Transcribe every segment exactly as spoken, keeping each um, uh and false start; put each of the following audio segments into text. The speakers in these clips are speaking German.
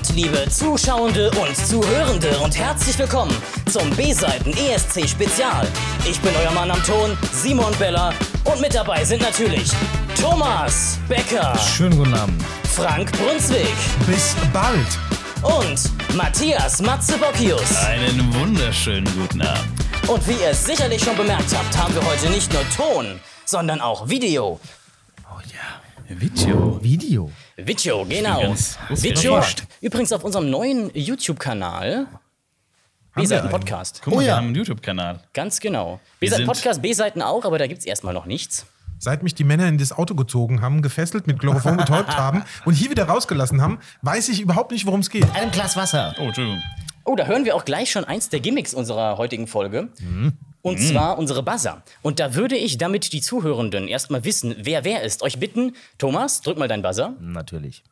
Abend, liebe Zuschauende und Zuhörende und herzlich willkommen zum B-Seiten E S C Spezial. Ich bin euer Mann am Ton, Simon Beller, und mit dabei sind natürlich Thomas Becker. Schönen guten Abend. Frank Brunswick. Bis bald. Und Matthias Matze Bockius. Einen wunderschönen guten Abend. Und wie ihr es sicherlich schon bemerkt habt, haben wir heute nicht nur Ton, sondern auch Video. Oh ja, Video. Video. Video, genau. Ganz Video, überrascht. übrigens auf unserem neuen YouTube-Kanal. B-Seiten Podcast. Guck mal, Oh wir ja. haben einen YouTube-Kanal. Ganz genau. Wir B-Seiten sind- Podcast, B-Seiten auch, aber da gibt's erstmal noch nichts. Seit mich die Männer in das Auto gezogen haben, gefesselt, mit Chloroform betäubt haben und hier wieder rausgelassen haben, weiß ich überhaupt nicht, worum es geht. Einem Glas Wasser. Oh, Entschuldigung. Oh, da hören wir auch gleich schon eins der Gimmicks unserer heutigen Folge. Und zwar unsere Buzzer. Und da würde ich, damit die Zuhörenden erstmal wissen, wer wer ist, euch bitten, Thomas, drück mal deinen Buzzer. Natürlich.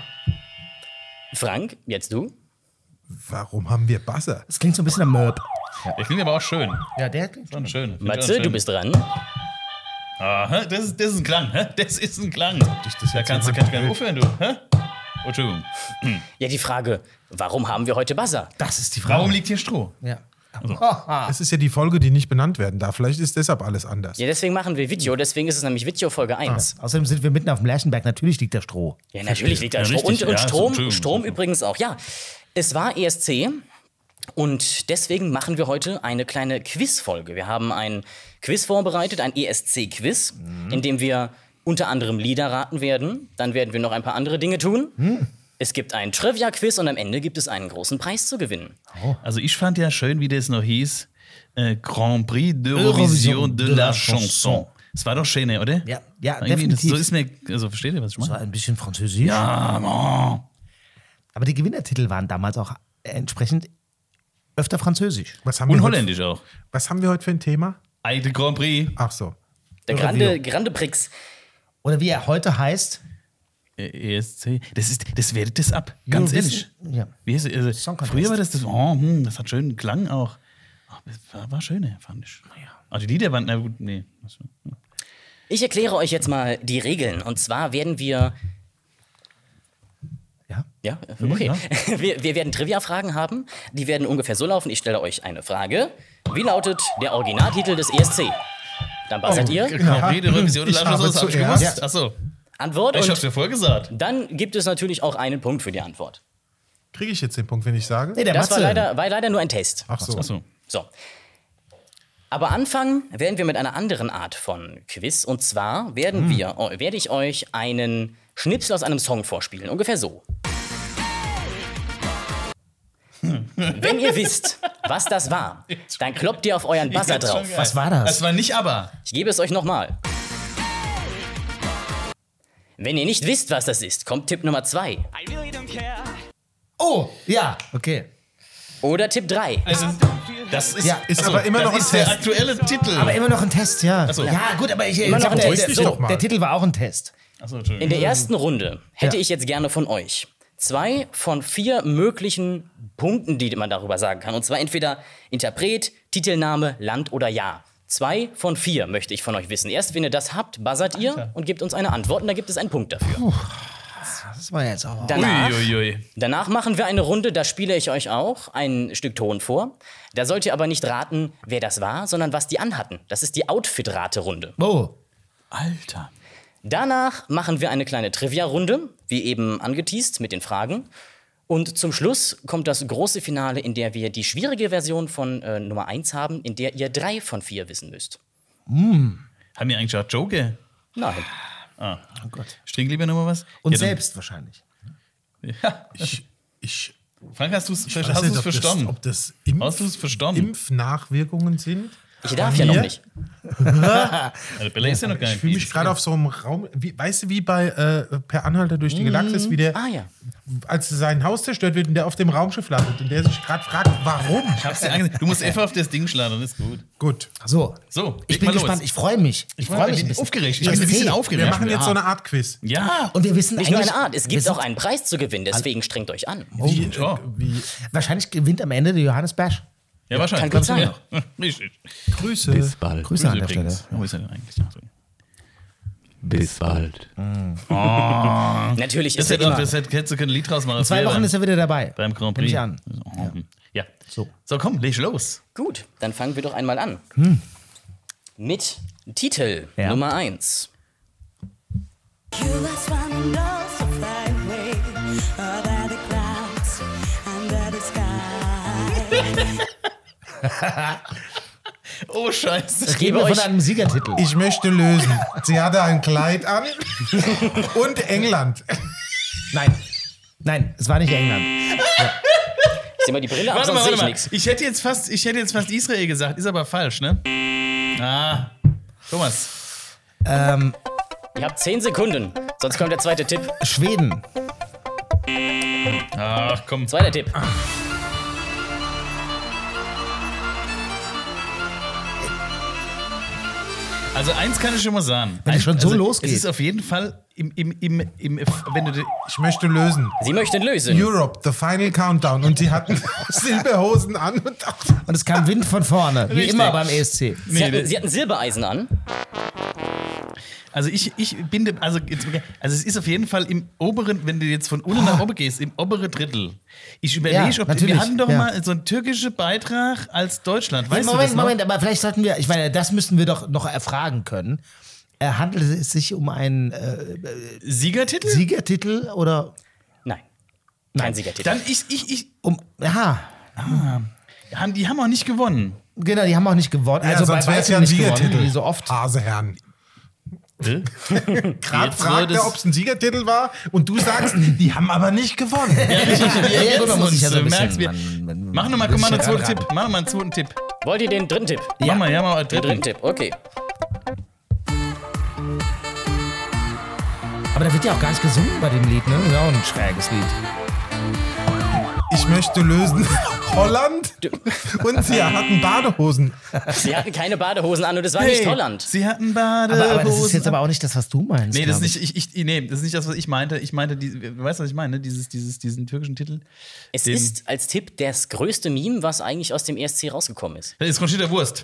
Frank, jetzt du. Warum haben wir Buzzer? Das klingt so ein bisschen am Möb. Der klingt aber auch schön. Ja, der klingt Schon schön. Klingt auch Matze, schön. du bist dran. Aha, das ist, das ist ein Klang. hä? Das ist ein Klang. das Da jetzt kannst du jemand kannst du aufhören, du. hä? Oh, Entschuldigung. Ja, die Frage, warum haben wir heute Buzzer? Das ist die Frage. Warum liegt hier Stroh? Ja. Es ist ja die Folge, die nicht benannt werden darf. Vielleicht ist deshalb alles anders. Ja, deswegen machen wir Video, deswegen ist es nämlich Video Folge eins. Außerdem sind wir mitten auf dem Lerchenberg. Natürlich liegt da Stroh. Ja, natürlich liegt da Ja, Strom. Und, richtig. und Ja, so, Strom, Entschuldigung. Strom übrigens auch. Ja, es war E S C und deswegen machen wir heute eine kleine Quizfolge. Wir haben ein Quiz vorbereitet, ein E S C-Quiz, in dem wir unter anderem Lieder raten werden. Dann werden wir noch ein paar andere Dinge tun. Es gibt ein Trivia-Quiz und am Ende gibt es einen großen Preis zu gewinnen. Also ich fand ja schön, wie das noch hieß. Äh, Grand Prix d'Eurovision de la Chanson. Das war doch schön, oder? Ja, ja, Irgendwie, das, definitiv. so ist mir, also versteht ihr, was ich Das war meine? ein bisschen französisch. Ja, man. Aber die Gewinnertitel waren damals auch entsprechend öfter französisch. Was haben, Und wir heute, holländisch auch. was haben wir heute für ein Thema? Alte Grand Prix. Ach so. Der Grande, Grande Prix. Oder wie er heute heißt. Äh, E S C. Das, ist, das wertet das ab. Ganz ehrlich. Eurovision- Ja. Wie heißt, also, Song Contest. früher war das das, oh, hm, das hat schönen Klang auch. Ach, das war, war schöner, fand ich. Aber die Lieder waren, na gut, nee. Ich erkläre euch jetzt mal die Regeln. Und zwar werden wir. Ja. Ja, okay. Wir, wir werden Trivia-Fragen haben. Die werden ungefähr so laufen. Ich stelle euch eine Frage. Wie lautet der Originaltitel des E S C? Dann buzzert ihr. Grand Prix d'Eurovision de la Ich Chanson, habe das hab ich zuerst- gewusst. Achso, Antwort. ich hab's Und ja vorher gesagt. dann gibt es natürlich auch einen Punkt für die Antwort. Kriege ich jetzt den Punkt, wenn ich sage? Nee, der Das war Matze. leider, war leider nur ein Test. Ach so. Achso. So. Aber anfangen werden wir mit einer anderen Art von Quiz. Und zwar werden wir, oh, werde ich euch einen Schnipsel aus einem Song vorspielen. Ungefähr so. Wenn ihr wisst, was das war, dann kloppt ihr auf euren Buzzer drauf. Was war das? Das war nicht aber. Ich gebe es euch nochmal. Wenn ihr nicht wisst, was das ist, kommt Tipp Nummer zwei. Oh, ja, okay. Oder Tipp drei. Also, das ist, Ja, ist achso, aber immer das noch ein ist der Test. aktuelle Titel. Aber immer noch ein Test, ja. so. Ja, gut, aber ich, Immer noch ein der, Test. der, Doch so, mal. der Titel war auch ein Test. Achso, In Entschuldigung. der ersten Runde hätte Ja. ich jetzt gerne von euch zwei von vier möglichen Punkten, die man darüber sagen kann. Und zwar entweder Interpret, Titelname, Land oder Jahr. Zwei von vier möchte ich von euch wissen. Erst wenn ihr das habt, buzzert ihr und gebt uns eine Antwort und da gibt es einen Punkt dafür. Das war jetzt auch. Danach, Uiuiui. danach machen wir eine Runde, da spiele ich euch auch ein Stück Ton vor. Da sollt ihr aber nicht raten, wer das war, sondern was die anhatten. Das ist die Outfit-Rate-Runde. Oh. Alter. Danach machen wir eine kleine Trivia-Runde, wie eben angeteast mit den Fragen. Und zum Schluss kommt das große Finale, in der wir die schwierige Version von äh, Nummer eins haben, in der ihr drei von vier wissen müsst. Haben wir eigentlich auch Joker? Nein. Ah. Oh Gott. Ich trinke lieber noch mal was. Und Ja, dann- selbst wahrscheinlich. Ja. Ich, ich Frank, hast du es weiß nicht, hast du's ob verstanden? Das, ob das Impf, Hast du's verstanden? Impfnachwirkungen sind. Ich darf ja noch Mir? nicht. Ja, der Bella ist ja noch gar Ich nicht. fühle mich gerade auf so einem Raum, wie, weißt du, wie bei äh, Per Anhalter durch die Galaxis, wie der, Ah ja. als sein Haus zerstört wird und der auf dem Raumschiff landet und der sich gerade fragt, warum? Ich hab's dir angesehen. Du musst einfach auf das Ding schlagen, dann ist gut. Gut. So. So, Ich leg bin mal gespannt. los. Ich freue mich. Ich freue mich ein bisschen. aufgeregt. Ich Das bin ein ist bisschen zäh. aufgeregt. Wir machen jetzt so Ja. eine Art Quiz. Ja. Und wir wissen Nicht nur eigentlich. eine Art, es wir gibt sind- auch einen Preis zu gewinnen, deswegen strengt euch an. Wie, Oh. äh, wie, Wahrscheinlich gewinnt am Ende der Johannes Bash. Ja, wahrscheinlich. Kann gut sein. Ja. Richtig. Grüße. Ball. Grüße an der übrigens. Stelle. Ja, wo ist er denn eigentlich? Ach so. Bis bald. Natürlich Das ist er hätte, auch, immer. das hätte, hättest du ein Lied draus machen. In zwei Wochen ist er wieder dabei. beim Grand Bin Prix. ich an. Ja. So. So, komm, leg los. Gut, dann fangen wir doch einmal an. Mit Titel Ja. Nummer eins. You lost one and also fly away over the clouds, under the sky. Oh, Scheiße. Ich gebe gebe von euch- einem Siegertitel. Ich möchte lösen. Sie hatte ein Kleid an und England. Nein. Nein, es war nicht England. Zieh mal die Brille ab, Warte mal, sonst sehe warte ich mal. nichts. Ich hätte, jetzt fast, ich hätte jetzt fast Israel gesagt, ist aber falsch, ne? Ah, Thomas. Ähm, Ihr habt zehn Sekunden, sonst kommt der zweite Tipp. Schweden. Ach, komm. Zweiter Tipp. Also eins kann ich schon mal sagen. Wenn es schon so also, losgeht. Es ist auf jeden Fall im, im, im, im wenn du die- Ich möchte lösen. Sie möchten lösen. Europe, the final countdown. Und sie hatten Silberhosen an und Und es kam Wind von vorne, wie Richtig. immer beim E S C. Sie, hatten, Sie hatten Silbereisen an. Also ich, ich bin dem, also, jetzt- also es ist auf jeden Fall im oberen, wenn du jetzt von unten nach oben gehst, im oberen Drittel. Ich überlege, Ja, ob natürlich, wir hatten doch ja. mal so einen türkischen Beitrag als Deutschland. Weißt Moment, du das noch? Moment, aber vielleicht sollten wir, ich meine, das müssten wir doch noch erfragen können. Äh, handelt es sich um einen äh, Siegertitel? Siegertitel oder Nein, kein Siegertitel. Dann ich, ich, ich, um. Aha, haben, die haben auch nicht gewonnen. genau, die haben auch nicht gewonnen. Ja, also sonst bei wäre es weitem ja ein nicht gewonnen, Siegertitel. wie so oft. Haseherrn. Gerade Jetzt fragt wird er, es- ob es ein Siegertitel war und du sagst, die haben aber nicht gewonnen. Ja, richtig. Ja, ja, gut, man muss sich ja so ein Du bisschen- merkst, wir- man- man- Mach nochmal, man komm mal einen muss sich zweiten ja Tipp. Mach nochmal einen zweiten Tipp. Wollt ihr den dritten Tipp? Mach mal, ja, mal einen Den dritten dritten. Tipp, okay. Aber da wird ja auch gar nicht gesungen bei dem Lied, ne? Das ist ja auch ein schräges Lied. Ich möchte lösen. Holland und sie hatten Badehosen. Sie hatten keine Badehosen an und es war nicht Holland. Sie hatten Badehosen. Aber, aber das ist jetzt aber auch nicht das, was du meinst. Nee, das ist glaub nicht, ich, ich, nee, das ist nicht das, was ich meinte. Ich meinte, die, du weißt, was ich meine, dieses, dieses, diesen türkischen Titel. Es Den- ist als Tipp das größte Meme, was eigentlich aus dem E S C rausgekommen ist. Das ist Conchita Wurst.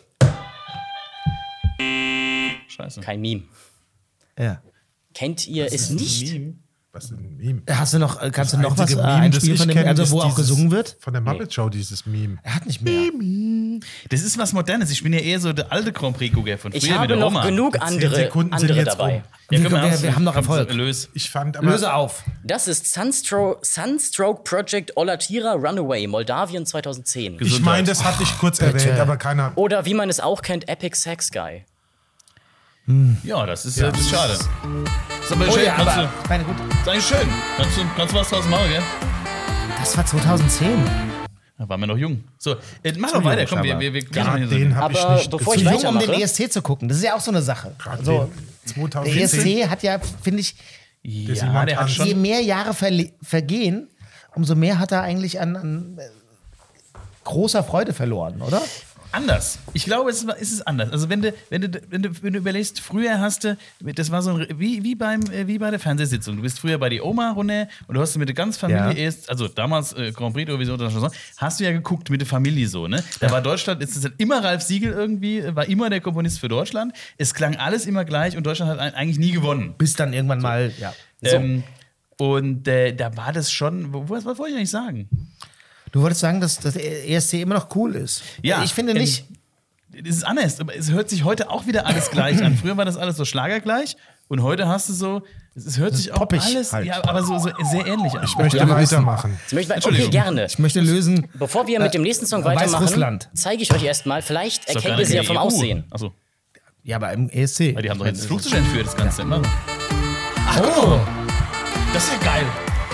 Scheiße. Kein Meme. ich. Ja. Kennt ihr es nicht? Meme. Was ist ein Meme? Hast du noch, äh, kannst du Das noch was einzige äh, Meme, das einspielen ich von dem, kenne, also ist wo auch dieses- gesungen wird? Von der Muppet Show, dieses Meme. Er hat nicht mehr. Das ist was Modernes. Ich bin ja eher so der alte Grand Prix-Gucker von früher Ich mit habe der noch Oma. genug Zehn andere, Sekunden sind andere jetzt dabei. um. Ja, Wir- komm, wir- aus- wir haben noch komm, Erfolg. Lös. Ich fand aber. Löse auf. Das ist Sunstro Sunstroke Project Olatira Runaway, Moldawien zweitausendzehn. Ich meine, das hatte ich kurz erwähnt, aber keiner. Oder wie man es auch kennt, Epic Sex Guy. Ja, das ist, das ist schade. Das ist aber Oh schön. ja, kannst aber, du, ich meine, gut, das ist eigentlich schön. Kannst du, kannst du was draus machen, gell? das war zweitauszehn. Da waren wir noch jung. So, äh, mach doch weiter. Komm, wir, wir, wir Ja, hier so- den habe ich Aber nicht. bevor ich gesehen. Jung, um den weitermache. E S C zu gucken. Das ist ja auch so eine Sache. Gerade So, den der E S zweitausendvierzehn. C hat ja, finde ich, Ja, jemand der hat an- je schon. mehr Jahre verle- vergehen, umso mehr hat er eigentlich an, an äh, großer Freude verloren, oder? Anders. Ich glaube, es ist, es ist anders. Also wenn du, wenn du, wenn du, wenn du überlegst, früher hast du, das war so ein, wie, wie, beim, äh, wie bei der Fernsehsitzung. Du bist früher bei die Oma runter und du hast mit der ganzen Familie Ja. erst, also damals äh, Grand Prix Eurovision oder so, hast du ja geguckt mit der Familie so, ne? Da war Deutschland, es ist halt immer Ralf Siegel irgendwie, war immer der Komponist für Deutschland. Es klang alles immer gleich und Deutschland hat ein- eigentlich nie gewonnen. Bis dann irgendwann mal, ja. So. Ähm, und äh, da war das schon, wo- was, was wollte ich eigentlich sagen? Du wolltest sagen, dass das E S C immer noch cool ist. Ja, Ich finde ähm, nicht. Es ist anders, aber es hört sich heute auch wieder alles gleich an. Früher war das alles so schlagergleich und heute hast du so, es hört sich auch poppig alles, halt. ja, aber so, so sehr ähnlich an. Ich möchte Ja, weitermachen. Sie möchten- Okay, Entschuldigung. gerne. Ich möchte lösen. Bevor wir mit dem nächsten Song Äh, weitermachen, Weißrussland. zeige ich euch erstmal, vielleicht Ist doch erkennt gar ihr sie ja nicht vom die E U. Aussehen. Achso, Ja, aber im E S C. die haben doch jetzt das Flugzeug entführt, das Ganze. Ja. Ach, Oh! das ist ja geil.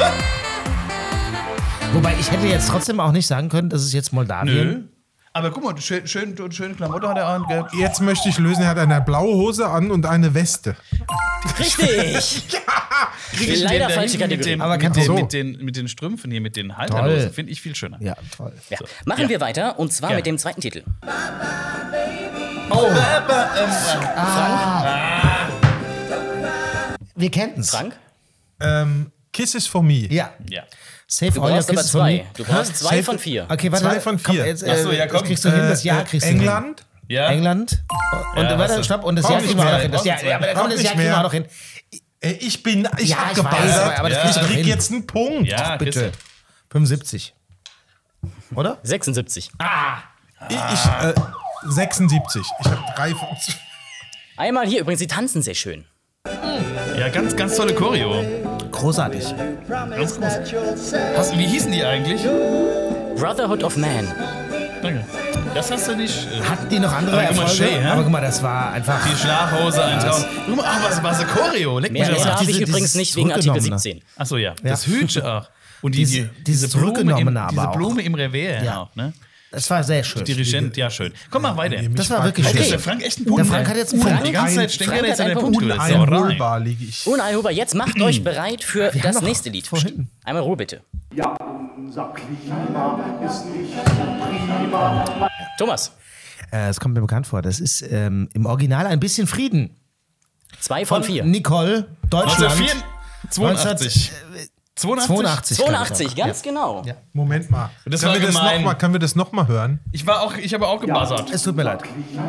Wobei ich hätte jetzt trotzdem auch nicht sagen können, dass es jetzt Moldawien. Nö. Aber guck mal, schön, schön, schöne Klamotte hat er an. Gell? Jetzt möchte ich lösen, er hat eine blaue Hose an und eine Weste. Richtig! Krieg ich Leider den da falsche hinten mit Kategorie. den, Aber mit, kann den, so. mit, den, mit den Strümpfen hier, mit den Halterlosen, Toll. finde ich viel schöner. Ja, toll. Ja. Machen Ja. wir weiter und zwar Ja. mit dem zweiten Titel. Wir kennen's. Frank, Ähm, Kisses for Me. Ja. Ja. Save du all your brauchst aber kisses for zwei. me. Du brauchst zwei Safe- von vier. Okay, warte. Zwei von komm, vier. jetzt, äh, Ach so, ja, komm. Das kriegst du hin, das Jahr Äh, kriegst du hin. England, Ja. England. Und Ja, warte, hast du. stopp. Und das Auch Jahr nicht kriegen wir auch mehr. noch hin. Das Auch Jahr, nicht ja, aber mehr. da kommt Auch das nicht Jahr kriegen wir mehr. auch noch hin. Äh, Ich bin, ich Ja, hab ich weiß, gebuzzert. aber- aber das Ja. kriegst du Ich doch krieg hin. jetzt einen Punkt. Ja, Bitte. Christe. fünfundsiebzig. Oder? sechsundsiebzig. Ich, ich äh, sechsundsiebzig. Ich habe drei von. Einmal hier, übrigens, sie tanzen sehr schön. Ja, ganz, ganz tolle Choreo. Großartig. Ganz groß. Hast, wie hießen die eigentlich? Brotherhood of Man. Danke. Das hast du nicht. Äh, Hatten die noch andere Aber guck mal, Erfolge? Shay, hä? Aber guck mal, das war einfach... die Schlafhose, ein Traum. Guck mal, ach, was war so Choreo? Leck mich Mehr, am mehr Arsch. habe ich diese- übrigens dieses nicht wegen Artikel Zurückgenommene. siebzehn. Achso, ja. Ja. Das Hütchen auch. Und die, Diese- die, dieses Blume im, Zurückgenommene aber diese auch. Blume im Revier Ja. auch, ne? Das war sehr schön. Dirigent, ja, schön. Komm mal weiter. Das war wirklich Okay, schön. ist der Frank echt ein Der Punkt? Frank hat jetzt einen Punkt. Die ganze Zeit steckt Frank er jetzt hat an der einen Punkt. Punkte. Uneinholbar liege ich. Uneinholbar, jetzt macht euch bereit für haben das doch nächste Lied. vorhin- Einmal Ruhe bitte. Ja, unser Klima ist nicht so prima. Thomas, Äh, Es kommt mir bekannt vor. Das ist ähm, im Original ein bisschen Frieden. zwei von vier. Nicole, Deutschland. neunzehnhundertvierundachtzig. zweiundachtzig? zweiundachtzig. zweiundachtzig, glaub ganz genau. Ja. Moment mal. Das können, war wir das gemein. noch mal, können wir das noch mal hören? Ich war auch, ich habe auch gebuzzert. ich. Es tut mir leid.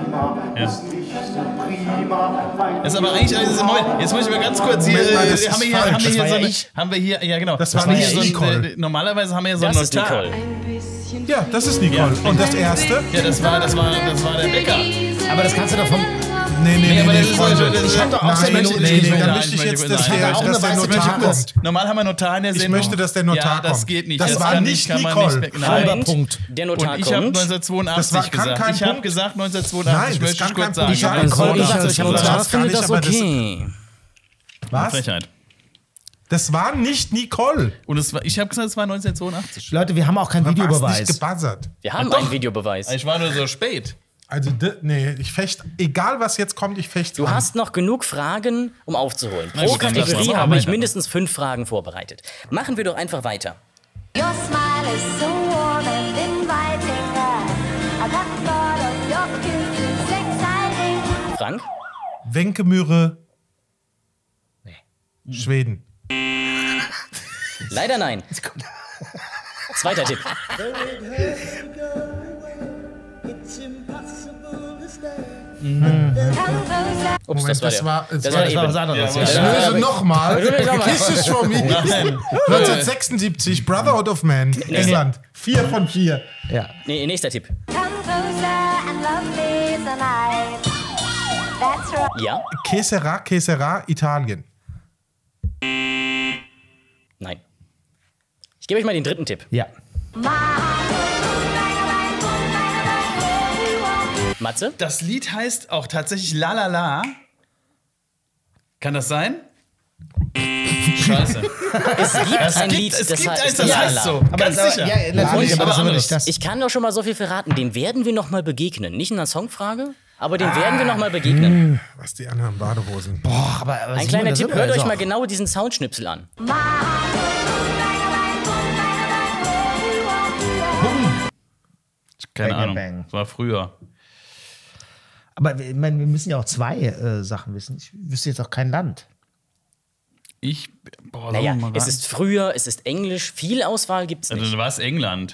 Ist nicht so prima. Das ist aber eigentlich, also, Moment, jetzt muss ich mal ganz kurz hier, Moment mal, äh, das ist haben wir hier, falsch. haben wir Das hier war so ja eine, ich. haben wir hier, ja genau. Das war haben wir nicht hier so Nicole. ein, äh, normalerweise haben wir hier so Das ein ist Notar. Nicole. Ja, das ist Nicole. Ja. Und das erste? Ja, das war, das war, das war der Bäcker. Aber das kannst du doch vom... Nee, nee, nee, aber nee, das ist Freunde. so- das ist- Ich hab doch auch Nein, zehn Minuten nee, gesehen. nee, dann Nein, möchte ich ich jetzt, möchte dass, kurz- der, Nein, auch dass eine der weiße Notar Tüte. kommt. Normal haben wir Notar in der Ich Sendung. möchte, dass der Notar Ja, das kommt. geht nicht. Das war kann nicht kann man Nicole. Nicht, Halber nein. Punkt. Der Und Notar ich habe kommt. neunzehnhundertzweiundachtzig Das war- kann gesagt. kein Ich habe Punkt. gesagt Nein, neunzehnhundertzweiundachtzig. das möchte kann ich kurz kein sagen. Punkt Ich habe sein. Also, Nicole, ich ich sag als euch, der Notar Notar das findet gar das nicht, aber das- okay. Was? Frechheit. Das war nicht Nicole. Und es war, ich habe gesagt, es war neunzehnhundertzweiundachtzig. Leute, wir haben auch keinen Du hast nicht Videobeweis. gebuzzert. Wir haben doch. einen Videobeweis. Ich war nur so spät. Also, d- nee, ich fecht, egal was jetzt kommt, ich fecht Du an. hast noch genug Fragen, um aufzuholen. Na Pro gut, dann lass Kategorie mal habe ich weiter. mindestens fünf Fragen vorbereitet. Machen wir doch einfach weiter. Your smile is so warm and inviting. I got the thought of your kiss is exciting. Frank? Wenkemühre. Schweden. Leider nein. Zweiter Tipp. Come closer. Ups, Moment, das war das der. war- das das war Das war was eben. anderes. Ja, Ja, Ich Ja, löse aber- nochmal. Löse noch mal. Kiss is for me. neunzehnhundertsechsundsiebzig, Brotherhood of Man, England. Vier von vier. ja. Nee, nächster Tipp. Come closer and love me tonight. That's right. Ja? Que sera, que sera, Italien. Nein. Ich gebe euch mal den dritten Tipp. ja. My heart goes bang, bang, boom, bang, bang, you won't Matze? Das Lied heißt auch tatsächlich La La La. Kann das sein? Scheiße. Es gibt ein gibt- Lied, es das gibt heißt eins, das La La heißt La. so. Aber Ganz das, sicher. ja, natürlich, Und- aber das ist aber aber nicht das. Ich kann doch schon mal so viel verraten. Den werden wir noch mal begegnen. Nicht in einer Songfrage, aber den werden wir noch mal begegnen. Was die anderen Badehosen. Boah, aber, aber Ein Simon, kleiner da Tipp, sind wir hört euch also mal auch- genau diesen Soundschnipsel an. My heart goes bang, bang, boom, bang, bang, you won't be Keine Bang, Ahnung. bang. Das war früher. Aber wir, ich meine, wir müssen ja auch zwei äh, Sachen wissen. Ich wüsste jetzt auch kein Land. Ich. Boah, Naja, soll man mal es raten? ist früher, es ist Englisch, viel Auswahl gibt es Also, nicht. dann war es England.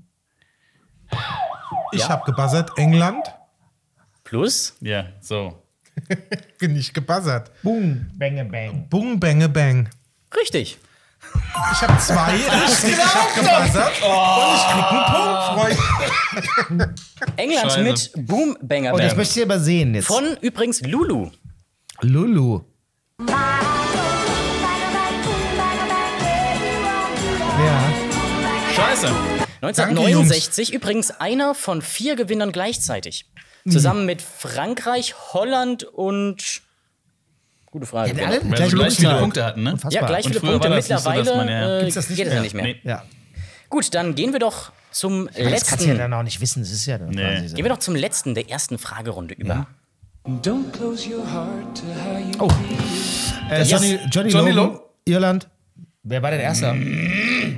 Ich Ja. habe gebuzzert, England. Plus, Ja, so. Bin ich gebuzzert. Boom, bang, bang. Bung, bänge, bang. richtig. Ich habe zwei richtig, ich habe gebuzzert. Und ich krieg einen Punkt, Freund. England Scheiße. mit Boom Banger Und ich Bang. möchte hier aber sehen jetzt. Von übrigens Lulu. Lulu. My heart goes bang, bang, boom, bang, bang, you won't be Ja. Scheiße. neunzehnhundertneunundsechzig übrigens einer von vier Gewinnern gleichzeitig. Zusammen mit Frankreich, Holland und. Gute Frage. Ja, alle Weil gleich wir gleich viele Punktzahl. Punkte hatten, ne? Unfassbar. Ja, gleich Und viele früher Punkte. war das nicht so, dass Mittlerweile man ja- äh, Gibt's das nicht geht es mehr? ja nicht mehr. Nee. Ja. Gut, dann gehen wir doch zum Das kannst du ja letzten. dann auch nicht wissen. Das ist ja dann Nee. quasi so. Gehen wir doch zum letzten der ersten Fragerunde über. Don't close your heart to how you Oh. Äh, Johnny, Johnny, Johnny Logan, Logan? Irland. Wer war denn Erster?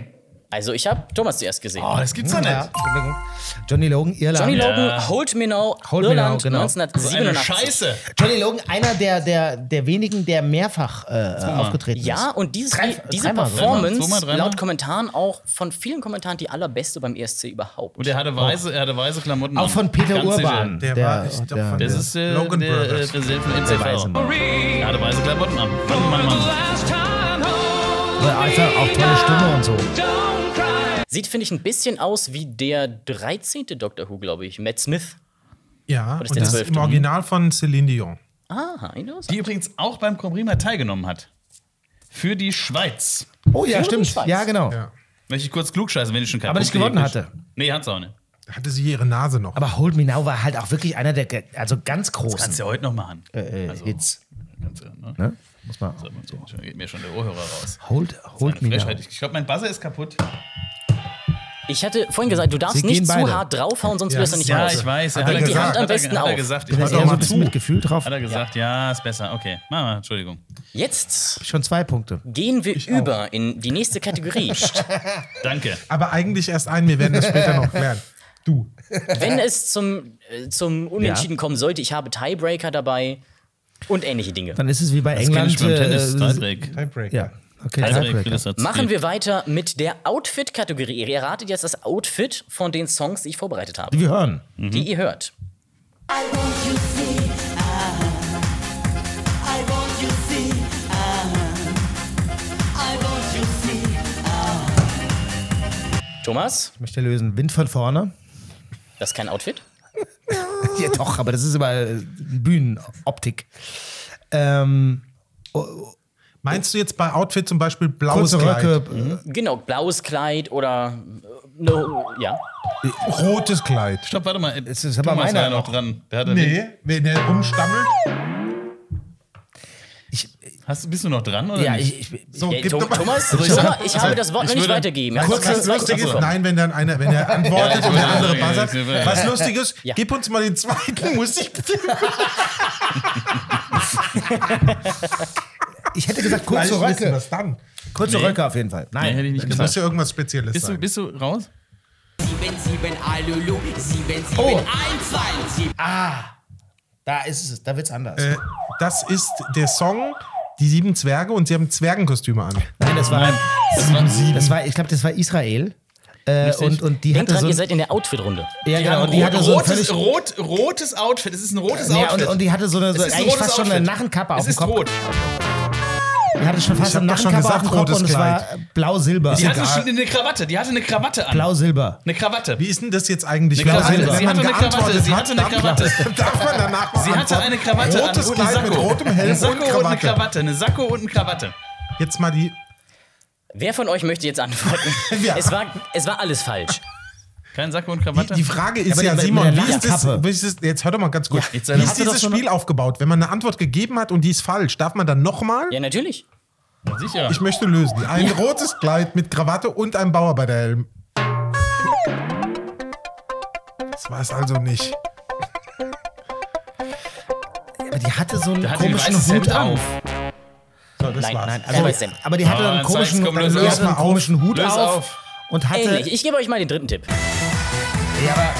Also ich habe Thomas zuerst gesehen. Oh, das gibt's doch nicht. Ja, Johnny Logan, Irland. Johnny Logan, Ja. Hold Me Now, Hold Me Irland, Now, genau. So eine neunzehnhundertsiebenundachtzig. Scheiße. Johnny Logan, einer der, der, der wenigen, der mehrfach äh, aufgetreten Ja, ist. und dieses, Drei- diese dreimal, Performance, zweimal, dreimal? laut Kommentaren auch von vielen Kommentaren die allerbeste beim E S C überhaupt. Und er hatte weiße, er hatte weiße Klamotten Auch an. von Peter Ganz Urban. Der, Der- war echt doch der- von Das der ist äh, Logan der äh, Brothers. Präsident von M C Der weiße V. Mann. Er hatte weiße Klamotten an. Mann, Mann, Mann. Aber einfach auch tolle Stimme und so. Sieht, finde ich, ein bisschen aus wie der dreizehnte Doctor Who, glaube ich, Matt Smith. Ja, ist und der das ist zwölfte? im Original von Céline Dion. Ah, interessant. Die übrigens auch beim Grand Prix mal teilgenommen hat. Für die Schweiz. Oh ja, Für die stimmt. Schweiz. Ja, genau. Ja. Möchte ich kurz klugscheißen, wenn ich schon keinen Aber nicht Punkt gewonnen gekriegt. hatte. Nee, hat's auch nicht. Da hatte sie ihre Nase noch. Aber Hold Me Now war halt auch wirklich einer der ge- also ganz Kannst großen du ja heute noch machen. äh, Also, Hits. Kannst du, ne? Ne? Muss man. So, so, geht mir schon der Ohrhörer raus. Hold, hold Me Now. Frechheit. Ich glaube, mein Buzzer ist kaputt. Ich hatte vorhin gesagt, du darfst Sie nicht gehen zu beide. hart draufhauen, sonst Ja, wirst du nicht Ja, raus. ich weiß. Hat er Leg die gesagt, Hand am hat er- besten hat er auf. gesagt, Ich ich bin doch eher so mal ein bisschen zu. mit Gefühl drauf. Hat er gesagt, ja, ist besser. Okay, mach mal, Entschuldigung. Jetzt Schon zwei Punkte. gehen wir über in die nächste Kategorie. Danke. Aber eigentlich erst ein, wir werden das später noch klären. Du. Wenn es zum, äh, zum Unentschieden kommen sollte, ich habe Tiebreaker dabei und ähnliche Dinge. Dann ist es wie bei Das kenne England. ich beim Tennis. äh, Tiebreak. Tiebreaker. ja, okay, Tiebreak, Tiebreaker. vieles dazu. Machen wir weiter mit der Outfit-Kategorie. Ihr erratet jetzt das Outfit von den Songs, die ich vorbereitet habe, Die wir hören. die ihr hört. I want you see, ah. I want you see, ah. I want you see. Thomas, Ich möchte lösen. Wind von vorne. das ist kein Outfit. Ja, doch, aber das ist immer äh, Bühnenoptik. Ähm, Meinst du jetzt bei Outfit zum Beispiel blaues kurze Kleid? Röcke. Genau, blaues Kleid oder äh, no, ja. Rotes Kleid. Stopp, warte mal. Es ist aber Thomas meiner war ja noch noch. dran. Der hatte Nee, wenn der rumstammelt. Ich, Hast, du- bist du noch dran oder ja, nicht? ich, ich, So, Äh, gib Tho- doch mal- Thomas, Also ich Thomas, sag- ich habe das Wort ich noch nicht würde- weitergegeben. Weißt du, Kurz, was lustig ist? Achso. Nein, wenn dann einer, wenn er antwortet Ja, und der ja, andere ja, buzzert. ja, ja. Was lustig ist, Ja. gib uns mal den zweiten Musik. ich hätte gesagt, kurze Vielleicht wissen Röcke. wir's dann. Kurze Nee. Röcke auf jeden Fall. Nee, Nein. hätte ich nicht Das muss gesagt. ja irgendwas Spezielles Bist du, sein. bist du raus? sieben sieben Alulu, sieben sieben Oh. eins zwei sieben. Da ist es, da wird's anders. Äh, das ist der Song Die Sieben Zwerge und sie haben Zwergenkostüme an. Nein, das war, Das war das war ich glaube, das war Israel. Äh, und, und die denkt hatte dran, so ihr ein, seid in der Outfit-Runde. ja, Die genau, haben und die hatte so ein rotes, völlig, rot, rotes Outfit. Es ist ein rotes ja, Outfit. und, und die hatte so eine, so, Es ist ein eigentlich rotes fast schon eine Outfit. Narrenkappe auf Es dem ist Kopf. rot. Die hatte schon fast Ich hab eine doch schon Narrenkappe auf dem gesagt, Kopf und rotes es war blau-silber. Die hatte egal. schon eine Krawatte. Die hatte eine Krawatte an. Blau-silber. Eine Krawatte. Wie ist denn das jetzt eigentlich? Eine Wenn Krawatte. man- Sie wenn man hatte eine Krawatte. geantwortet Sie hat, hatte eine darf man- Krawatte. Darf man danach noch Sie hatte antworten? eine Krawatte Rotes an und ein Kleid mit Sakko. rotem Helm Ein Sakko und und eine Krawatte. Krawatte. Eine Sakko und eine Krawatte. Jetzt mal die. Wer von euch möchte jetzt antworten? Ja. es, war, es war alles falsch. Kein Sakko und Die, Krawatte? die Frage ist aber ja, mit- Simon, mit der wie ist, das, Lachkappe. wie ist das, jetzt hör doch mal ganz kurz, jetzt wie hatte ist doch dieses so eine- Spiel aufgebaut? Wenn man eine Antwort gegeben hat und die ist falsch, darf man dann nochmal? Ja, natürlich. Sicher. Ich möchte lösen. Ein rotes Kleid mit Krawatte und ein Bauarbeiterhelm. Das war es also nicht. Aber die hatte so einen Da hatte die komischen weißes Hut Hemd an. auf. So, das Nein, war's. nein, Also, aber Sam. aber die hatte Oh, einen jetzt komischen, zeig's, komm, löse die auf. hatte einen komischen Hut Löse auf, auf. und hatte. Ähnlich. Ich gebe euch mal den dritten Tipp. Ja, aber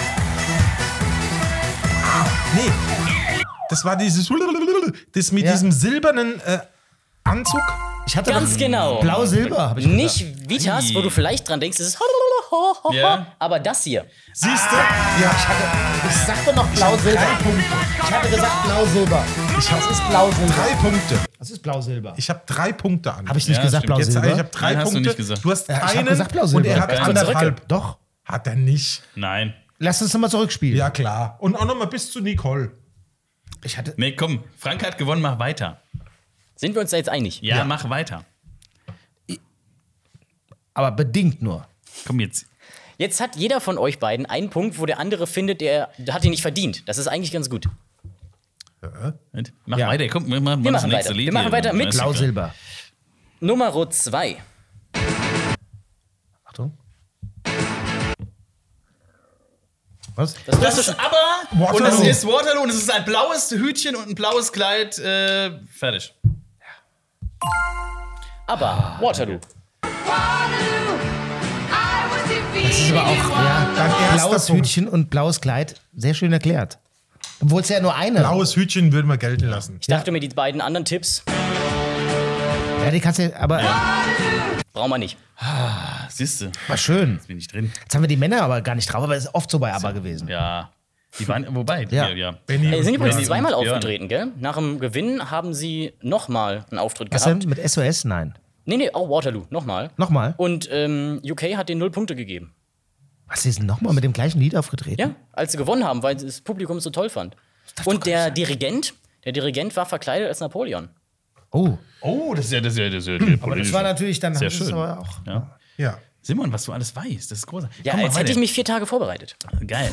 Nee. Das war dieses. Das mit Ja. diesem silbernen äh, Anzug. ich hatte Ganz doch genau. blau-silber. Hab ich Nicht Vitas, wo du vielleicht dran denkst, es ist Ja. aber das hier. Siehst du? Ja. Ich sagte noch blau-silber. Ich hatte gesagt blau-silber. Ich hab, es ist blau-silber. Drei Punkte. Das ist blau-silber. Ich habe drei Punkte an. Habe ich nicht Ja, gesagt stimmt. Jetzt, blau-silber? ich habe drei Nein, hast du Punkte. nicht gesagt. Du hast Ja, ich hab einen gesagt blau-silber. und er hat Keine anderthalb. Doch. Hat er nicht. Nein. Lass uns nochmal zurückspielen. Ja, klar. Und auch nochmal bis zu Nicole. Ich hatte. Nee, komm. Frank hat gewonnen, mach weiter. Sind wir uns da jetzt einig? Ja, mach weiter. Aber bedingt nur. Komm jetzt. Jetzt hat jeder von euch beiden einen Punkt, wo der andere findet, der, der hat ihn nicht verdient. Das ist eigentlich ganz gut. Mach Ja. weiter. Komm, wir machen, Wir das machen nächste weiter. Lied Wir machen hier. weiter mit Weißt du, Blau-silber. Nummer zwei. Achtung. Was? Das, Das ist aber. Waterloo. Und das ist Waterloo. Und es ist ein blaues Hütchen und ein blaues Kleid. Äh, fertig. aber Waterloo. Waterloo, I Das ist aber auch ja, Dein erster blaues Punkt. Hütchen und blaues Kleid. Sehr schön erklärt. Obwohl es ja nur eine. Blaues Hütchen würden wir gelten lassen. Ich dachte mir, die beiden anderen Tipps Ja, die kannst du. Aber brauchen wir nicht. Siehste, war schön. jetzt bin ich drin. Jetzt haben wir die Männer aber gar nicht drauf, aber es ist oft so bei ABBA gewesen. Ja. Die waren, wobei, Ja. ja. ja. Benny Äh, Sie sind und übrigens Björn. zweimal Björn. aufgetreten, gell? Nach dem Gewinn haben Sie nochmal einen Auftritt Was gehabt. denn? Mit S O S? Nein. Nee, nee, auch Waterloo, nochmal. Nochmal? Und ähm, U K hat denen null Punkte gegeben. Was ist denn nochmal mit dem gleichen Lied aufgetreten? Ja, als sie gewonnen haben, weil das Publikum es so toll fand. Und der Dirigent, der Dirigent war verkleidet als Napoleon. Oh. Oh, das ist ja das ist ja das ist ja Aber das war natürlich dann. sehr das ist schön. aber auch. Ja. Ja. Simon, was du alles weißt, das ist großartig. Ja, Komm mal jetzt hätte weiter. ich mich vier Tage vorbereitet. Geil.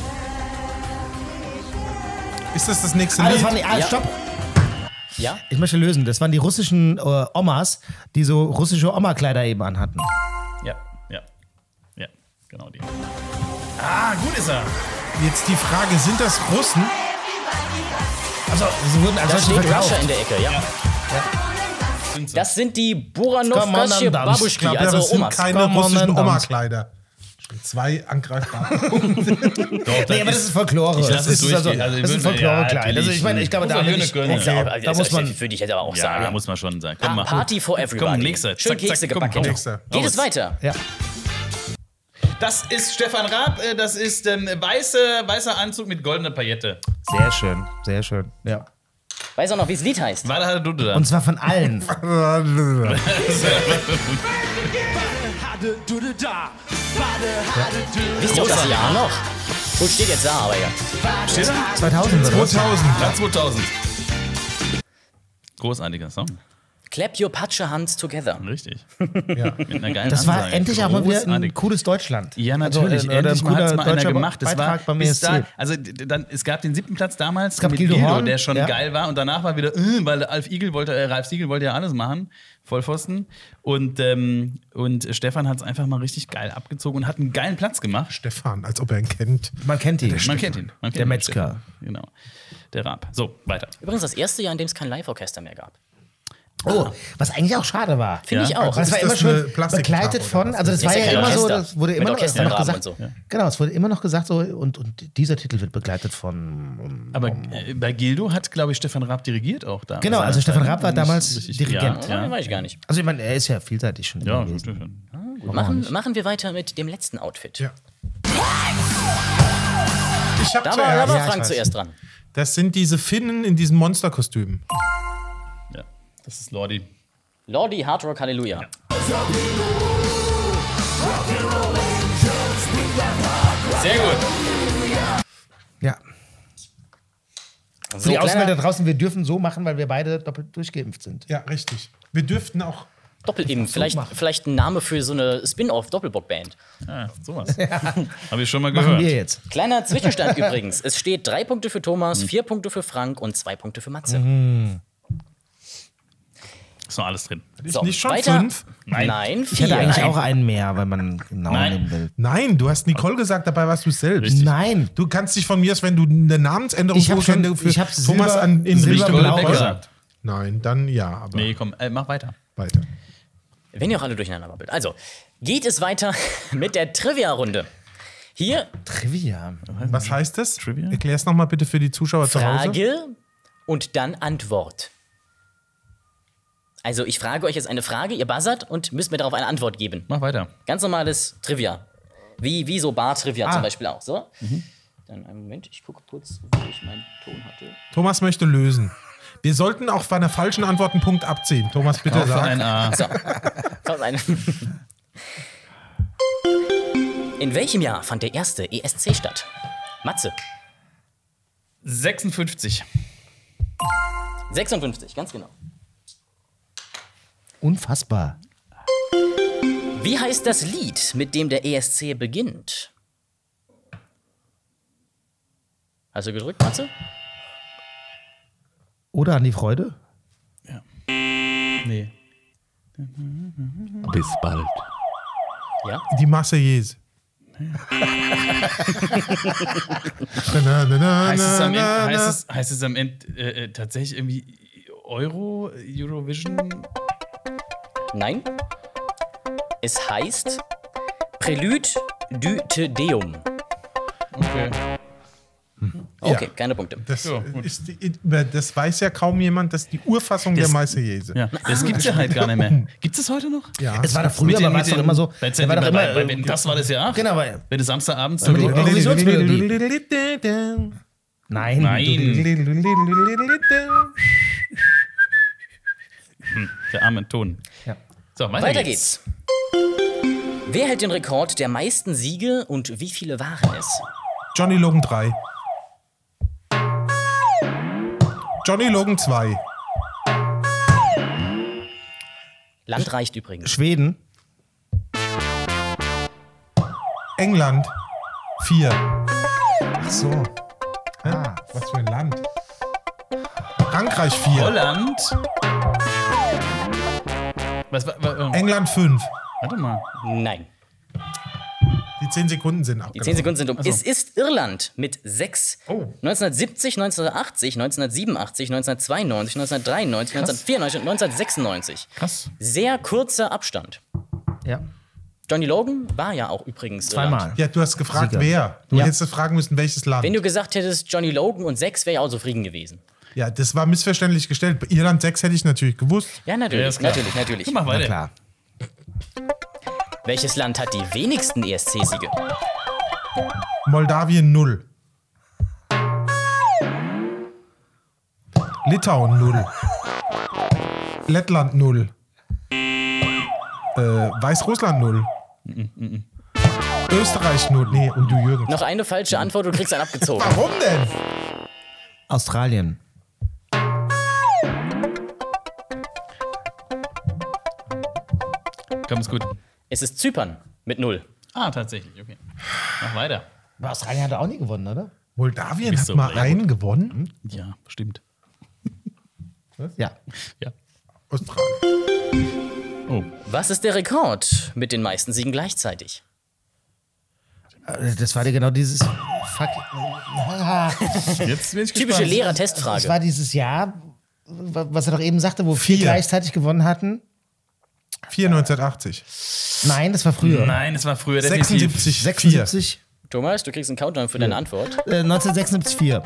Ist das das nächste Ah, das Lied? waren die, ah, Ja. stopp. Ja? Ich möchte lösen. Das waren die russischen äh, Omas, die so russische Oma-Kleider eben anhatten. Ja, ja. Ja, genau die. Ah, gut ist er. Jetzt die Frage, sind das Russen? Also, sie wurden als Da solche steht verkauft. Russia in der Ecke, ja. Sind sie. Das sind die Buranovkasche Kommandant. Ich Babuschki, glaube, also das sind Omas. keine Komm, russischen Moment, Oma-Kleider. Schon zwei angreifbar. Doch, Nee, aber das ist Folklore. Ich lass das es ist durchgehen. also, Also, das ich sind würd- Folklore-Kleider. ja, also ich natürlich. meine, ich glaube, Muss da, man würde Höhne ich, gönnen. okay, Ja, da also, muss man. würde ich jetzt aber auch Ja, sagen. muss man schon sagen. Pa Komm, mal. Party for everybody. Komm, nächster. Schön Zack, zack, Kekse komm, gebacken. komm. Nächster. Geht Raus. es weiter? Ja. Das ist Stefan Raab, äh, das ist ähm, weiße, weißer Anzug mit goldener Paillette. Sehr schön, sehr schön. Ja. Weiß auch noch, wie das Lied heißt. Warte, hatte du da. Und zwar von allen. Wisst ihr auch das Jahr noch? Gut, steht jetzt da, aber ja. Steht da? zweitausend oder was? zweitausend. Ja, zweitausend. Großartiger Song. Clap your Patsche Hands together. Richtig. Ja. Mit einer geilen Das war Ansage. endlich auch mal wieder ein Großartig. cooles Deutschland. Ja, natürlich. Also, äh, oder Endlich ein mal hat's cooler mal einer deutscher gemacht. Das war Beitrag beim bis E S C. da, also d- dann, es gab den siebten Platz damals gab mit Guido Guido, Horn, der schon ja. geil war. Und danach war wieder, äh, weil Alf Igel wollte, äh, Ralf Siegel wollte ja alles machen. Vollpfosten. Und, ähm, und Stefan hat es einfach mal richtig geil abgezogen und hat einen geilen Platz gemacht. Stefan, als ob er ihn kennt. Man kennt ihn. Man kennt ihn. Man kennt Der ihn, Metzger. Stefan. Genau. Der Raab. So, weiter. Übrigens das erste Jahr, in dem es kein Live-Orchester mehr gab. Oh, was eigentlich auch schade war. Finde Ja. ich auch. Weil es war Ist immer das eine schon Plastikgitarre begleitet oder von, was? also das Ist war ja ja kein immer so, Orchester. das wurde Mit immer noch, Orchester immer noch im Rahmen gesagt, und so. genau, es wurde immer noch gesagt so, und, und dieser Titel wird begleitet von, Aber äh, bei Gildo hat, glaube ich, Stefan Raab dirigiert auch da. Genau, also Stefan Raab war damals Richtig- Dirigent. Ja, Ja, ja. weiß ich gar nicht. also ich meine, er ist ja vielseitig schon Ja, immer gewesen. stimmt. Gut, machen, machen wir weiter mit dem letzten Outfit. Ja. Ich hab Da war, da zuerst. war Ja, ich Frank weiß. zuerst dran. Das sind diese Finnen in diesen Monsterkostümen. Ja, das ist Lordi. Lordi, Hard Rock, Halleluja. Sehr gut. Ja. Für So, die Auswahl da kleiner draußen, wir dürfen so machen, weil wir beide doppelt durchgeimpft sind. Ja, richtig. Wir dürften auch. Doppelimpf. Vielleicht, machen. vielleicht ein Name für so eine Spin-off-Doppelbock-Band. Ja, sowas. Habe ich schon mal Machen gehört. wir jetzt. Kleiner Zwischenstand übrigens. Es steht drei Punkte für Thomas, vier Punkte für Frank und zwei Punkte für Matze. Ist noch alles drin. Ich So, nicht schon weiter. fünf? Nein. Nein, Ich hätte vier. eigentlich auch einen mehr, wenn man genau Nein. nehmen will. Nein, du hast Nicole gesagt, dabei warst du selbst. Richtig. Nein. Du kannst dich von mir aus, wenn du eine Namensänderung Ich hab schon- vorschlägst, für ich hab Thomas Silber- an in Silber- Richtung Blau Blau gesagt. Nein, dann ja, aber Nee, komm, äh, mach weiter. weiter. Wenn ihr auch alle durcheinander wabbelt. Also, geht es weiter mit der Trivia-Runde. Hier Trivia. Was heißt das? Trivia? Erklär es nochmal bitte für die Zuschauer zu Hause. Frage und dann Antwort. Also, ich frage euch jetzt eine Frage, ihr buzzert und müsst mir darauf eine Antwort geben. Mach weiter. Ganz normales Trivia. Wie, wie so Bar-Trivia Ah. zum Beispiel auch. So. Dann einen Moment, ich gucke kurz, wo ich meinen Ton hatte. Thomas möchte lösen. Wir sollten auch bei einer falschen Antwort einen Punkt abziehen. Thomas, bitte Auf sag. ein A. So. Kommt eine. In welchem Jahr fand der erste E S C statt? Matze. sechsundfünfzig. sechsundfünfzig, ganz genau. Unfassbar. Wie heißt das Lied, mit dem der E S C beginnt? Hast du gedrückt, Matze? Oder an die Freude? Nee. Bis bald. Ja? Die Marseillaise. na, na, na, Heißt es am Ende, na, heißt na. es, heißt es am Ende äh, äh, tatsächlich irgendwie Euro, Eurovision? Nein. Es heißt Prälude Deutedeum. Okay. Okay, Ja. keine Punkte. Das, Ja, gut. ist die, das weiß ja kaum jemand, das ist die Urfassung Das- der Marseillaise. Ja, das gibt's ja halt gar nicht mehr. Gibt's es heute noch? Ja. Es war doch früher, aber war es doch immer so. Bei, da war doch bei, immer, bei, bei, das war das ja auch. Genau, weil- Wenn du Samstagabends Aber die- so- Eurovisionsmelodie. Nein. Nein. Der arme Ton. Ja. So, weiter, Weiter geht's. Wer hält den Rekord der meisten Siege und wie viele waren es? Johnny Logan drei. Johnny Logan zwei. Land reicht übrigens. Schweden. England vier. Ach so. Ah, was für ein Land. Frankreich vier. Holland. Was war, war, England fünf. warte mal. Nein. Die zehn Sekunden sind Die abgelaufen. zehn Sekunden sind um. Es ist Irland mit sechs. Oh. neunzehnhundertsiebzig, neunzehnhundertachtzig, neunzehnhundertsiebenundachtzig, neunzehnhundertzweiundneunzig, neunzehnhundertdreiundneunzig, neunzehnhundertvierundneunzig und neunzehnhundertsechsundneunzig. Krass. Sehr kurzer Abstand. Ja. Johnny Logan war ja auch übrigens Zweimal. Irland. Ja, du hast gefragt, Sieger. wer. Du Ja. hättest fragen müssen, welches Land. Wenn du gesagt hättest Johnny Logan und sechs, wäre ich auch zufrieden gewesen. Ja, das war missverständlich gestellt. Bei Irland sechs hätte ich natürlich gewusst. Ja, Ja, natürlich, ist klar. natürlich, natürlich. Mach Na weiter. klar. Welches Land hat die wenigsten E S C-Siege? Moldawien null. Litauen null. Lettland null. Äh, Weißrussland null. Österreich null. Nee, und du Jürgen. Noch eine falsche Antwort, du kriegst einen abgezogen. Warum denn? Australien. Komm, ist gut. Es ist Zypern mit null. Ah, tatsächlich, okay. Mach weiter. Aber Australien hat auch nie gewonnen, oder? Moldawien Bist hat du mal blöd. einen gewonnen. Ja, bestimmt. Ja. Ja. Australien. Oh, Was ist der Rekord mit den meisten Siegen gleichzeitig? Äh, Das war dir genau dieses. Fuck. Ah, jetzt bin ich Typische gespannt. Das Lehrertestfrage. war dieses Jahr, was er doch eben sagte, wo vier Vier. gleichzeitig gewonnen hatten. vier neunzehnhundertachtzig. Nein, das war früher. Nein, es war früher definitiv. sechsundsiebzig. vier. sechsundsiebzig. Thomas, du kriegst einen Countdown für deine Antwort. Äh, neunzehnhundertsechsundsiebzig vier.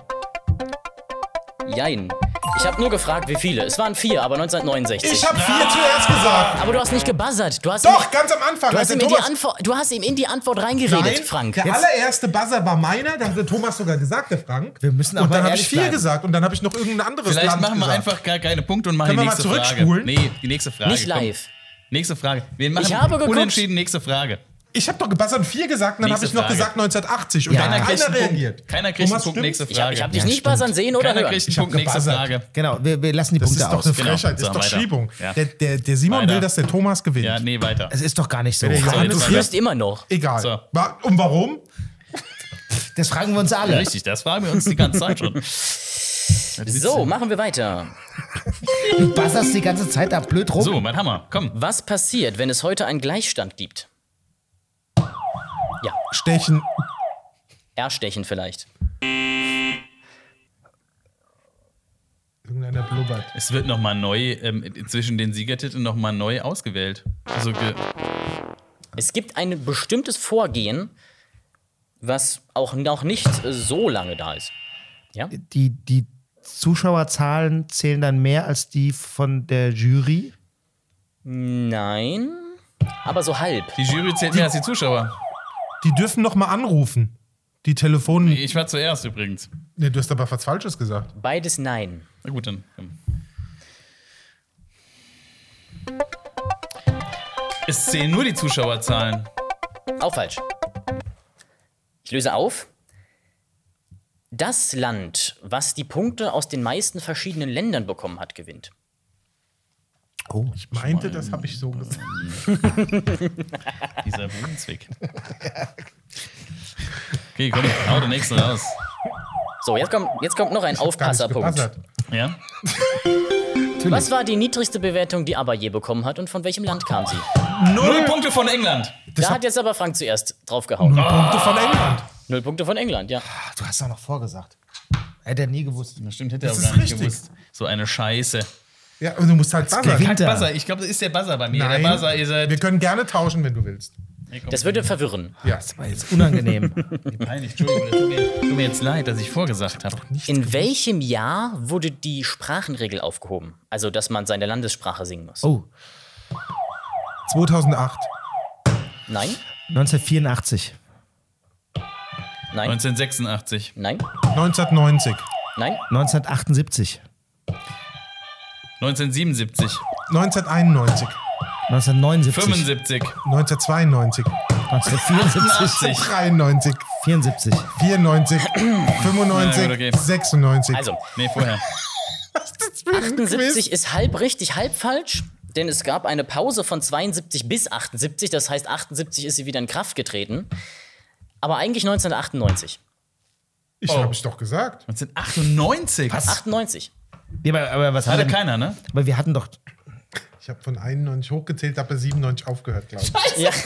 Jein. Ich habe nur gefragt, wie viele. Es waren vier, aber neunzehnhundertneunundsechzig. Ich habe vier zuerst gesagt. aber du hast nicht gebuzzert. Du hast Doch, ihm, ganz am Anfang. du als hast, ihm der in die Thomas- Antwort, du hast ihm in die Antwort reingeredet, Nein, Frank. der allererste Buzzer war meiner, da hat der Thomas sogar gesagt, der Frank. Wir müssen auch Und mal dann habe ich ehrlich vier bleiben. gesagt und dann habe ich noch irgendein anderes Vielleicht Land machen wir gesagt. einfach gar keine Punkte und machen Können die wir mal nächste Frage. zurückspulen? Nee, die nächste Frage. Nicht Komm. live. Nächste Frage. Wir machen Ich habe geguckt. unentschieden, nächste Frage. Ich habe doch gebuzzert und vier gesagt und dann habe Nächste ich noch Frage. gesagt neunzehnhundertachtzig und Ja. dann hat kriegt keiner einen Punkt. reagiert. Keiner kriegt einen Thomas, Punkt, stimmt? nächste Ich habe Frage. ich hab dich Ja, nicht stimmt. buzzern sehen oder Keiner hören. kriegt Ich einen hab Punkt, nächste gebuzzert. Frage. Genau, wir, wir lassen die Das Punkte ist doch aus. eine Genau. Frechheit, das So, ist doch weiter. Schiebung. Ja. Der, der, der Simon Weiter. will, dass der Thomas gewinnt. Ja, nee, weiter. Es ist doch gar nicht so. Der So, Johannes jetzt Du weiter. führst immer noch. Egal. So. Wa- Und warum? Das fragen wir uns alle. Richtig, das fragen wir uns die ganze Zeit schon. So, machen wir weiter. Du buzzerst die ganze Zeit da blöd rum. So, mein Hammer, komm. Was passiert, wenn es heute einen Gleichstand gibt? Ja, Stechen. Erstechen vielleicht. Irgendeiner blubbert. Es wird nochmal neu, ähm, zwischen den Siegertiteln nochmal neu ausgewählt. Also, ge Es gibt ein bestimmtes Vorgehen, was auch noch nicht äh, so lange da ist. Ja? Die, die Zuschauerzahlen zählen dann mehr als die von der Jury. Nein, aber so halb. die Jury zählt mehr als die Zuschauer. Die dürfen noch mal anrufen. Die Telefon. Ich war zuerst übrigens. Nee, du hast aber was Falsches gesagt. Beides nein. Na gut, dann. Komm. Es zählen nur die Zuschauerzahlen. Auch falsch. Ich löse auf. Das Land, was die Punkte aus den meisten verschiedenen Ländern bekommen hat, gewinnt. Oh. Ich meinte, das habe ich so gesagt. Dieser Bodenzwick. Okay, komm, hau den nächsten raus. So, jetzt kommt, jetzt kommt noch ein Gar nicht Aufpasserpunkt. gebuzzert. Ja? Was war die niedrigste Bewertung, die ABBA je bekommen hat und von welchem Land kam sie? Null Punkte von England. Da hat jetzt aber Frank zuerst draufgehauen. Punkte von England. Null Punkte von England, ja. Ach, du hast doch noch vorgesagt. Hätte er nie gewusst. Das stimmt, hätte er Das aber ist gar nicht richtig. gewusst. So eine Scheiße. Ja, und du musst halt buzzern. gewinnt Kack er. Buzzer. Ich glaube, das ist der Buzzer bei mir. Nein, Der Buzzer ist wir er. können gerne tauschen, wenn du willst. Das würde verwirren. Ja. Das war jetzt unangenehm. Wie peinlich, Entschuldigung, das tut mir, tut mir jetzt leid, dass ich vorgesagt habe. In welchem Jahr wurde die Sprachenregel aufgehoben? Also, dass man seine Landessprache singen muss. Oh, zweitausendacht. Nein? neunzehnhundertvierundachtzig. Nein? neunzehnhundertsechsundachtzig. Nein? neunzehnhundertneunzig. Nein? neunzehnhundertachtundsiebzig. neunzehnhundertsiebenundsiebzig. neunzehnhunderteinundneunzig. neunzehnhundertneunundsiebzig. fünfundsiebzig. neunzehnhundertzweiundneunzig. neunzehnhundertvierundsiebzig. dreiundneunzig. vierundsiebzig. vierundneunzig. fünfundneunzig. Ja, gut, okay. sechsundneunzig. Also, Nee, vorher. achtundsiebzig ist halb richtig, halb falsch. Denn es gab eine Pause von zweiundsiebzig bis achtundsiebzig. Das heißt, achtundsiebzig ist sie wieder in Kraft getreten. Aber eigentlich neunzehnhundertachtundneunzig. Ich Oh. habe es doch gesagt. neunzehnhundertachtundneunzig. achtundneunzig. Ja, aber, aber was haben Hatte wir denn? keiner, ne? Aber wir hatten doch. Ich habe von einundneunzig hochgezählt, habe bei siebenundneunzig aufgehört, glaube ich. Ja.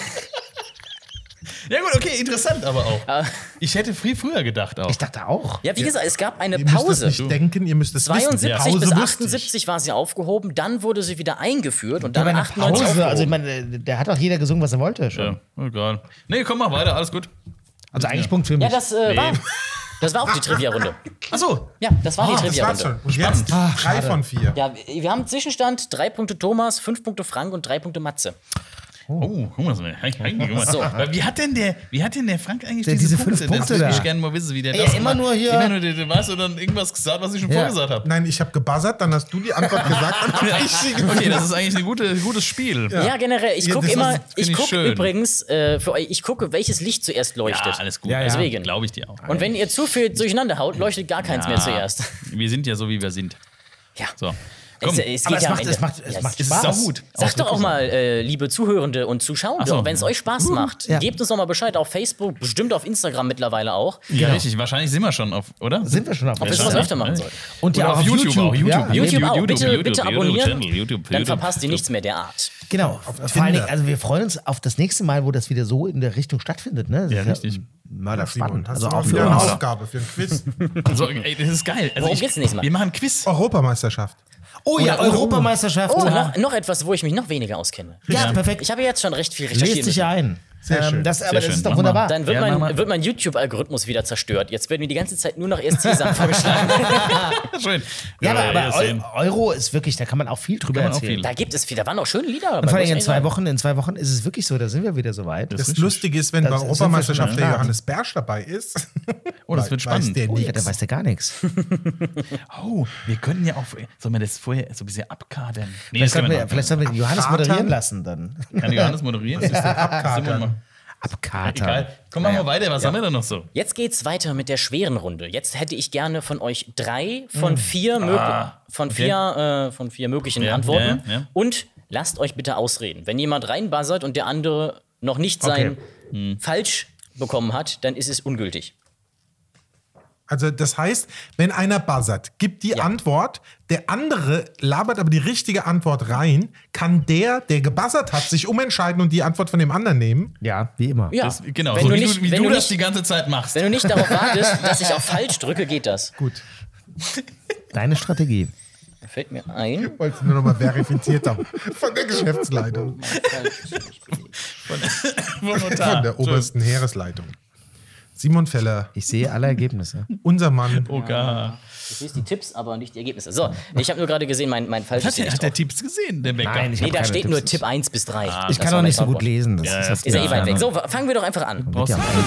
Ja gut, okay, interessant aber auch. Ich hätte viel früher gedacht auch. Ich dachte auch. ja, wie gesagt, es gab eine Ihr müsst Pause. das nicht denken, ihr müsst es zweiundsiebzig wissen. bis Pause wusste ich. achtundsiebzig war sie aufgehoben, dann wurde sie wieder eingeführt und Aber dann eine achtundneunzig Pause, also ich aufgehoben. meine, der hat doch jeder gesungen, was er wollte schon. Ja, egal. Nee, komm mal weiter, alles gut. Also eigentlich Punkt für mich. Ja, das äh, war, das war auch die Trivia-Runde. Achso. Ja, das war die Das war's Trivia-Runde. schon. Und jetzt Ach, drei schade. von vier. Ja, wir haben Zwischenstand, drei Punkte Thomas, fünf Punkte Frank und drei Punkte Matze. Oh, guck mal so. Hey, hey, guck mal. So. Weil Wie hat denn der, wie hat denn der Frank eigentlich Der- diese, diese fünf Punkte? Punkte das würde da. ich gerne mal wissen, wie der Ey, das immer macht. nur hier- Immer nur, der, der weißt du dann irgendwas gesagt, was ich schon Ja. vorgesagt habe. Nein, ich habe gebuzzert, dann hast du die Antwort gesagt, dann habe ich sie gesagt. Okay, das ist eigentlich ein gute, gutes Spiel. Ja, generell, ich Ja, gucke das immer, ist- find ich ich gucke schön. übrigens, äh, für euch, ich gucke, welches Licht zuerst leuchtet. Ja, alles gut. Ja, ja. Deswegen. Glaube ich dir auch. Und wenn ihr zu viel durcheinander haut, leuchtet gar keins mehr zuerst. Wir sind ja so, wie wir sind. Ja. So. Komm. Es, es Aber geht es ja am macht, Ende. es macht, es Ja, macht Es ist Spaß. saugut. Sagt doch auch mal, äh, liebe Zuhörende und Zuschauende, Ach so. wenn es euch Spaß macht, Ja. gebt uns doch mal Bescheid auf Facebook, bestimmt auf Instagram mittlerweile auch. Ja, richtig. Wahrscheinlich sind wir schon auf, oder? Sind wir schon auf Ob wir der sowas Seite. öfter machen sollten. Und ja Oder auch auf YouTube auch. YouTube. Ja, YouTube auch. YouTube, Bitte, YouTube, bitte YouTube, abonnieren, Channel, YouTube, dann YouTube. verpasst ihr nichts mehr der Art. Genau. Vor allen Tinder. Dingen, also wir freuen uns auf das nächste Mal, wo das wieder so in der Richtung stattfindet. Ne? Das Ja, ist richtig. Mörder Simon, spannend. hast Also du auch auch für wieder eine uns. Aufgabe für ein Quiz? So, ey, das ist geil. Also Worum ich, geht's nächstes Mal? Wir machen ein Quiz. Europameisterschaft. Oh ja, Oder- Europameisterschaft. Oh, ja. noch, noch etwas, wo ich mich noch weniger auskenne. ja, perfekt. Ich habe jetzt schon recht viel recherchiert. Lest dich müssen. ein. Sehr schön. das, aber Sehr das schön. ist doch Mach wunderbar. Dann wird, Ja, mach mein, mal. wird mein YouTube-Algorithmus wieder zerstört. Jetzt werden mir die ganze Zeit nur noch E S C-Sachen vorgeschlagen. Schön. ja, aber, wir aber sehen. Eu- Euro ist wirklich, da kann man auch viel drüber Kann man auch erzählen. viel. Da gibt es viel, da waren auch schöne Lieder. Und vor allem in zwei Wochen, in zwei Wochen ist es wirklich so, da sind wir wieder so weit. Das Lustige ist, wenn Das bei sind wir Europameisterschaft schon der am Start. Johannes Bersch dabei ist. Oh, das wird weiß spannend. Der Oh, ja, nix. da weiß der gar nichts. Oh, wir können ja auch. Sollen wir das vorher so ein bisschen abkadern? Nee, Vielleicht sollten können wir, vielleicht sollten wir den Johannes Abkatern? moderieren lassen dann. Kann Johannes moderieren? Was ist denn Abkatern. Abkater. Egal. Komm mal, mal weiter. Was haben wir da noch so? Jetzt geht's weiter mit der schweren Runde. Jetzt hätte ich gerne von euch drei von vier, mög Ah, von okay. vier, äh, von vier möglichen Ja, Antworten. ja, ja. Und lasst euch bitte ausreden. Wenn jemand reinbuzzert und der andere noch nicht sein Hm. falsch bekommen hat, dann ist es ungültig. Also das heißt, wenn einer buzzert, gibt die Ja. Antwort, der andere labert aber die richtige Antwort rein, kann der, der gebuzzert hat, sich umentscheiden und die Antwort von dem anderen nehmen. Ja, wie immer. Ja, Das, genau, wenn so du wie nicht, du, wie wenn du du das nicht, die ganze Zeit machst. wenn du nicht darauf wartest, dass ich auf falsch drücke, geht das. Gut. Deine Strategie. Da fällt mir ein. Ich wollte es nur noch mal verifiziert haben. Von der Geschäftsleitung. Von der obersten Heeresleitung. Simon Feller, Ich sehe alle Ergebnisse. unser Mann. Oh Gott. Du siehst die Tipps, aber nicht die Ergebnisse. So, ich habe nur gerade gesehen, mein, mein falsches Hat der, hat der Tipps gesehen, der Bäcker? Nein, ich Nee, hab da keine steht Tipps. nur Tipp eins bis drei. Ich kann auch nicht so gut lesen. Das Ja, ist, ja, das Ist ja eh geht weit nicht. weg. So, fangen wir doch einfach an. Brauchst Ja, du am Ende.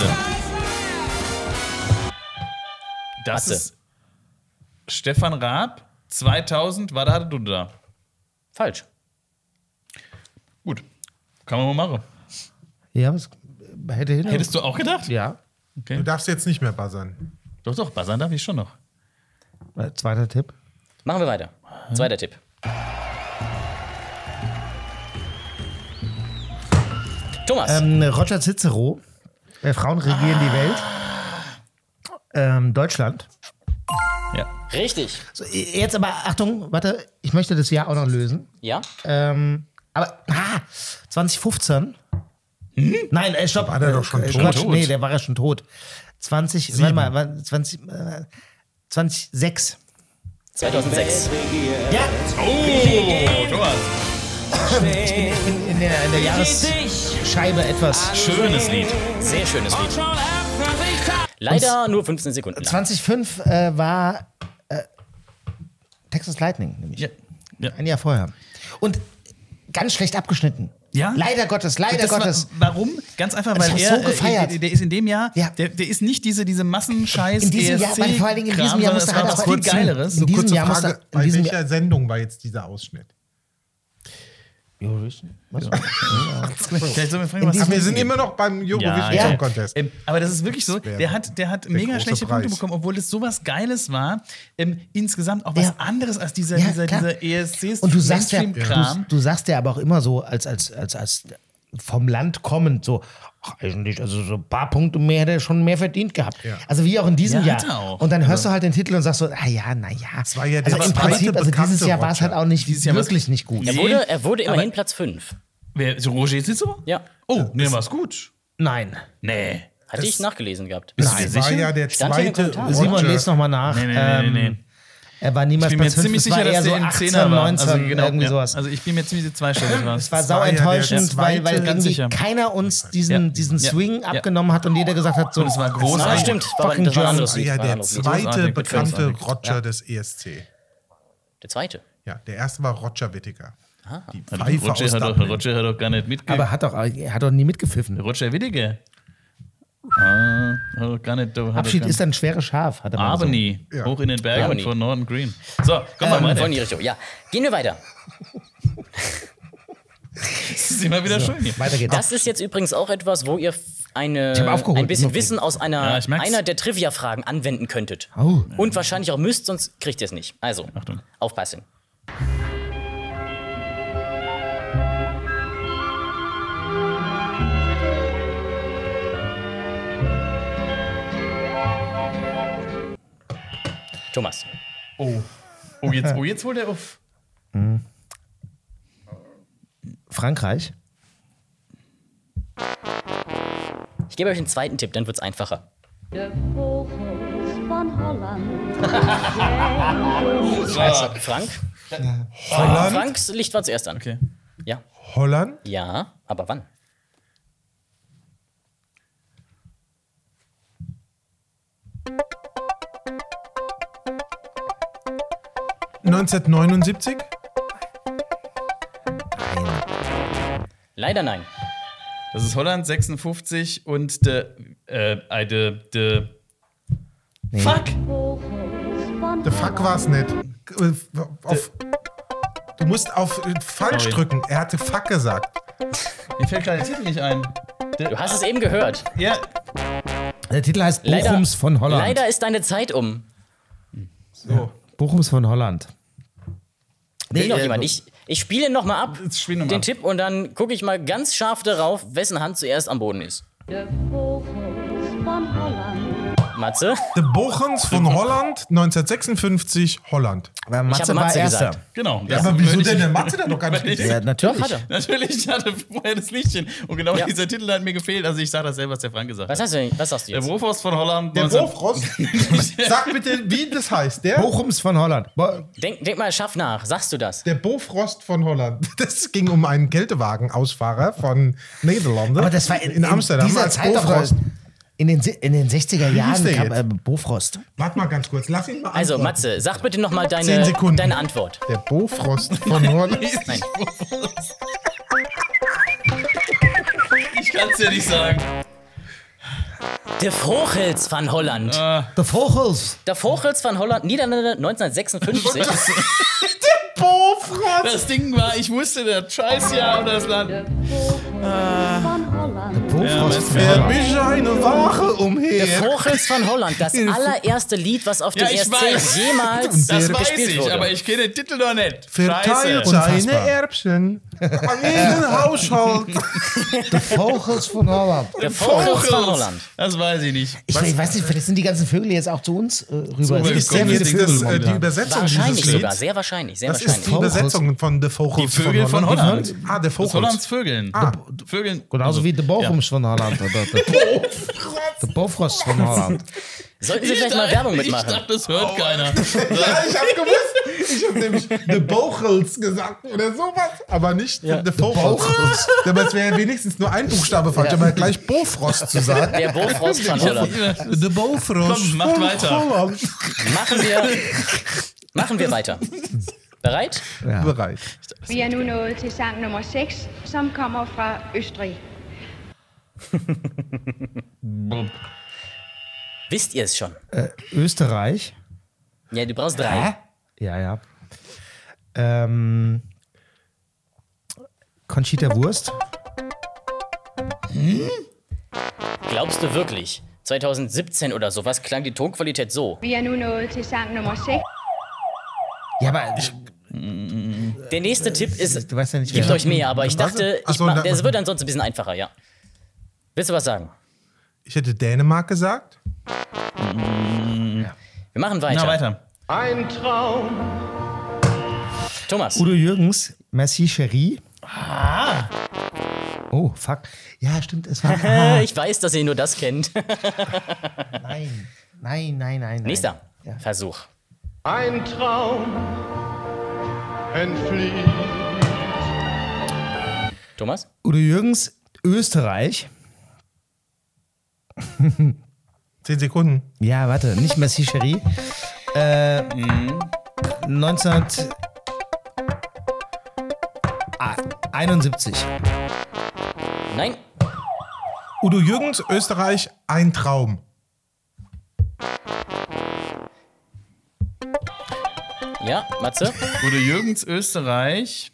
Das Matze. ist Stefan Raab, zweitausend. War da, hatte du da? Falsch. Gut. Kann man mal machen. Ja, was hätte hin. Hättest du auch gedacht? Ja. Du darfst jetzt nicht mehr buzzern. Doch, doch, buzzern darf ich schon noch. Äh, Zweiter Tipp. Machen wir weiter. Zweiter Tipp. Thomas. Ähm, Roger Cicero. Äh, Frauen regieren die Welt. Ähm, Deutschland. Ja. Richtig. So, jetzt aber, Achtung, warte, ich möchte das Jahr auch noch lösen. Ja? Ähm, aber, ah, zwanzig fünfzehn. Nein, äh, stopp. War der doch schon äh, tot? Quatsch, nee, der war ja schon tot. zwanzig, warte mal, war zwanzig, äh, zwanzig sechs. zweitausendsechs. Ja, Oh, Thomas. In der, in der Jahresscheibe etwas. Schönes Lied. Sehr schönes Lied. Leider nur fünfzehn Sekunden lang. zwanzig fünf äh, war äh, Texas Lightning, nämlich. Ja. Ja. Ein Jahr vorher. Und ganz schlecht abgeschnitten. Ja? Leider Gottes, leider Das war, Gottes. warum? Ganz einfach, Das weil war er, so gefeiert. äh, der ist in dem Jahr, Ja. der, der ist nicht diese, diese Massenscheiß In diesem Jahr, weil vor allen Dingen in diesem Jahr musste das war halt was auch viel kurz- Geileres. in Nur diesem kurze Jahr muss Frage, da- in bei diesem welcher Sendung war jetzt dieser Ausschnitt? Eurovision? Was? Vielleicht sollen wir fragen, In was diesem- Wir haben sind wir- immer noch beim Eurovision ja. Song Contest. Ähm, aber das ist wirklich so, der hat, der hat mega große schlechte Preis. Punkte bekommen, obwohl es sowas Geiles war. Ähm, insgesamt auch was Ja. anderes als dieser, Ja, dieser, klar. dieser E S C Und du sagst ja, du, Mainstream-Kram. du sagst ja aber auch immer so, als, als, als, als vom Land kommend, so, ach, eigentlich, also so ein paar Punkte mehr hätte er schon mehr verdient gehabt. Ja. Also wie auch in diesem Ja, hat Jahr. er auch. Und dann hörst du halt den Titel und sagst so, ah ja, na ja. war ja der also im zweite Prinzip, also dieses bekannte Jahr war es halt Roger. auch nicht Dieses Jahr war's- wirklich nicht gut. Er Nee, wurde, er wurde immerhin aber- Platz fünf. Wer, so Roger Cicero? Ja. Oh, nee, war's gut. Nein. Nee. Hatte ich nachgelesen gehabt. Bist du dir Das war sicher? ja der Stand hier in den zweite Kommentaren. Simon, Roger. lest nochmal nach. Nee, nee, nee, Ähm, nee, nee. Er war niemals Ich bin mir Platz fünf, ziemlich es war sicher, eher dass so der im achtzehn, Zehner war. neunzehn, Also, genau, irgendwie ja. sowas. Also ich bin mir ziemlich sicher, zweistellig war Es war Das sau war ja der enttäuschend, weil, weil zweite- Ganz irgendwie sicher. keiner uns diesen, Ja. diesen Ja. Swing Ja. abgenommen hat und jeder gesagt hat, so, Und es war Na, großartig. stimmt. War aber, fucking das war ein German. anderes war Lied. ja war ein der anderes Lied. zweite Großartig, bekannte großartig. Roger des E S C. Der zweite. Ja, der erste war Roger Whittaker. Die Also Pfeife Roger, aus hat doch, Dublin. Roger hat doch gar nicht mitgegeben. aber hat doch, er hat doch nie mitgepfiffen. Roger Whittaker. Ah, hat doch gar nicht. Hat Abschied doch gar ist ein schweres Schaf, hat er mal Aber so. nie. Ja. Hoch in den Bergen Aber nie. von Norton Green. So, komm mal Ähm, weiter. voll in die Richtung. Ja. Gehen wir weiter. Das ist immer wieder schön hier. Weiter geht's. Das ist jetzt übrigens auch etwas, wo ihr f- eine, hab aufgeholt. ein bisschen Noch Wissen aus einer, Ja, ich merk's. einer der Trivia-Fragen anwenden könntet. Oh. Und wahrscheinlich auch müsst, sonst kriegt ihr es nicht. Also, Achtung. aufpassen. Thomas. Oh. Oh, jetzt, oh, jetzt holt er auf. Frankreich. Ich gebe euch einen zweiten Tipp, dann wird es einfacher. De vogels van Holland. Also, Frank? Holland? Franks Licht war zuerst an. Okay. Ja. Holland? Ja, aber wann? neunzehnhundertneunundsiebzig? Leider nein. Das ist Holland sechsundfünfzig und der. Äh, äh, de, de, Fuck! Der Fuck war es nicht. Äh, Auf, du musst auf äh, falsch Sorry. drücken. Er hatte Fuck gesagt. Mir fällt gerade der Titel nicht ein. Der, Du hast es eben gehört. ja, Der Titel heißt Leider- Bochums von Holland. Leider ist deine Zeit um. Bochums von Holland. Will noch äh, jemand? Ich, ich spiele noch mal ab, Jetzt spiel noch mal den ab. Tipp, und dann gucke ich mal ganz scharf darauf, wessen Hand zuerst am Boden ist. De vogels van Holland. Matze? The Bochums von Holland, neunzehnhundertsechsundfünfzig, Holland. Aber Matze habe war Matze Erster. gesagt. genau. Ja, aber wieso denn der Mathe da doch gar nicht Weil ich- gesehen? Ja, natürlich. Hat er. Natürlich hatte vorher das Lichtchen. Und genau Ja. dieser Titel hat mir gefehlt. Also ich sage das selber, was der Frank gesagt Was, hat. hast du, was sagst du Der jetzt? Bofrost von Holland. Der neunzehn Bofrost? Sag bitte, wie das heißt. Der, Bochums von Holland. Bo Denk, denk mal, schaff nach. Sagst du das? der Bofrost von Holland. Das ging um einen Kältewagenausfahrer von Niederlande. Aber das war in, in Amsterdam in dieser als Zeit doch, Bofrost. in den, si- in den sechziger Jahren der kam jetzt? äh, Bofrost. Warte mal ganz kurz, lass ihn mal Also, antworten. Matze, sag bitte noch mal Zehn deine, Sekunden. deine Antwort. Der Bofrost von Holland. Nein. Ich kann es dir nicht sagen. Der Vogels van Holland. Der Vogels. Der Vogels van Holland, Niederlande neunzehnhundertsechsundfünfzig. Bofrost! Das Ding war, ich wusste das Scheißjahr und das Land. De vogels van Holland. Bofrost von Der Holland. mich eine Wache umher. Der Vogels van Holland, das allererste Lied, was auf dem Ja, ich E S C weiß. jemals Das weiß gespielt ich, wurde. aber ich kenne den Titel noch nicht. Verteilt Scheiße. seine Unfassbar. Erbsen an jeden Haushalt. Der Vogels von Holland. der Vogels van Holland. Das weiß ich nicht. Ich, ich weiß nicht, vielleicht sind die ganzen Vögel jetzt auch zu uns äh, rüber. So, Es gibt ist sehr denn viele jetzt Vögel Das, äh, die momentan. Übersetzung Wahrscheinlich dieses sogar, Lieds. sehr wahrscheinlich, sehr Das ist wahrscheinlich. die Übersetzung von The Vogels Die Vögel von Holland. Ah, der Das Vogels. Hollands Vögeln. Ah. Vögeln. Genauso wie der Bochums von Holland. Der, der, der Bofrost von Holland. Sollten Sie Ich vielleicht mal dachte- Werbung Ich mitmachen? dachte, das hört keiner. Ja, ich hab gewusst. Ich habe nämlich The Bochels gesagt oder sowas, aber nicht ja. The Bochels. Aber es wäre wenigstens nur ein Buchstabe falsch, ja. aber gleich Bofrost zu sagen. Der Bofrost von Holland. The Bofrost. Komm, macht weiter. Machen wir, machen wir weiter. Bereit? Ja. Bereit. Vi er nu nået til sang nummer seks, som kommer fra Østrig. Wisst ihr es schon? Äh, Österreich. Ja, du brauchst drei. Hä? Ja, ja. Ähm, Conchita Wurst. Hm? Glaubst du wirklich? zwanzig siebzehn oder sowas klang die Tonqualität so. Vi er nu nået til sang nummer seks. Ja, aber ich, der nächste Tipp ist, du weißt ja nicht, gibt wer- euch mehr, aber ich dachte, ich Ach so, mach, da- das wird ansonsten ein bisschen einfacher, ja. Willst du was sagen? Ich hätte Dänemark gesagt. Wir machen weiter. Na, weiter. Ein Traum. Thomas. Udo Jürgens, Merci Chérie. Ah. Oh, fuck. Ja, stimmt, es war. Ah, Ich weiß, dass ihr nur das kennt. nein, nein, nein, nein. nein. Nächster Ja. Versuch. Ein Traum entflieht. Thomas? Udo Jürgens, Österreich. Zehn Sekunden. Ja, warte, nicht Merci Chérie. Äh, neunzehnhunderteinundsiebzig. Nein? Udo Jürgens, Österreich, ein Traum. Ja, Matze? Udo Jürgens, Österreich.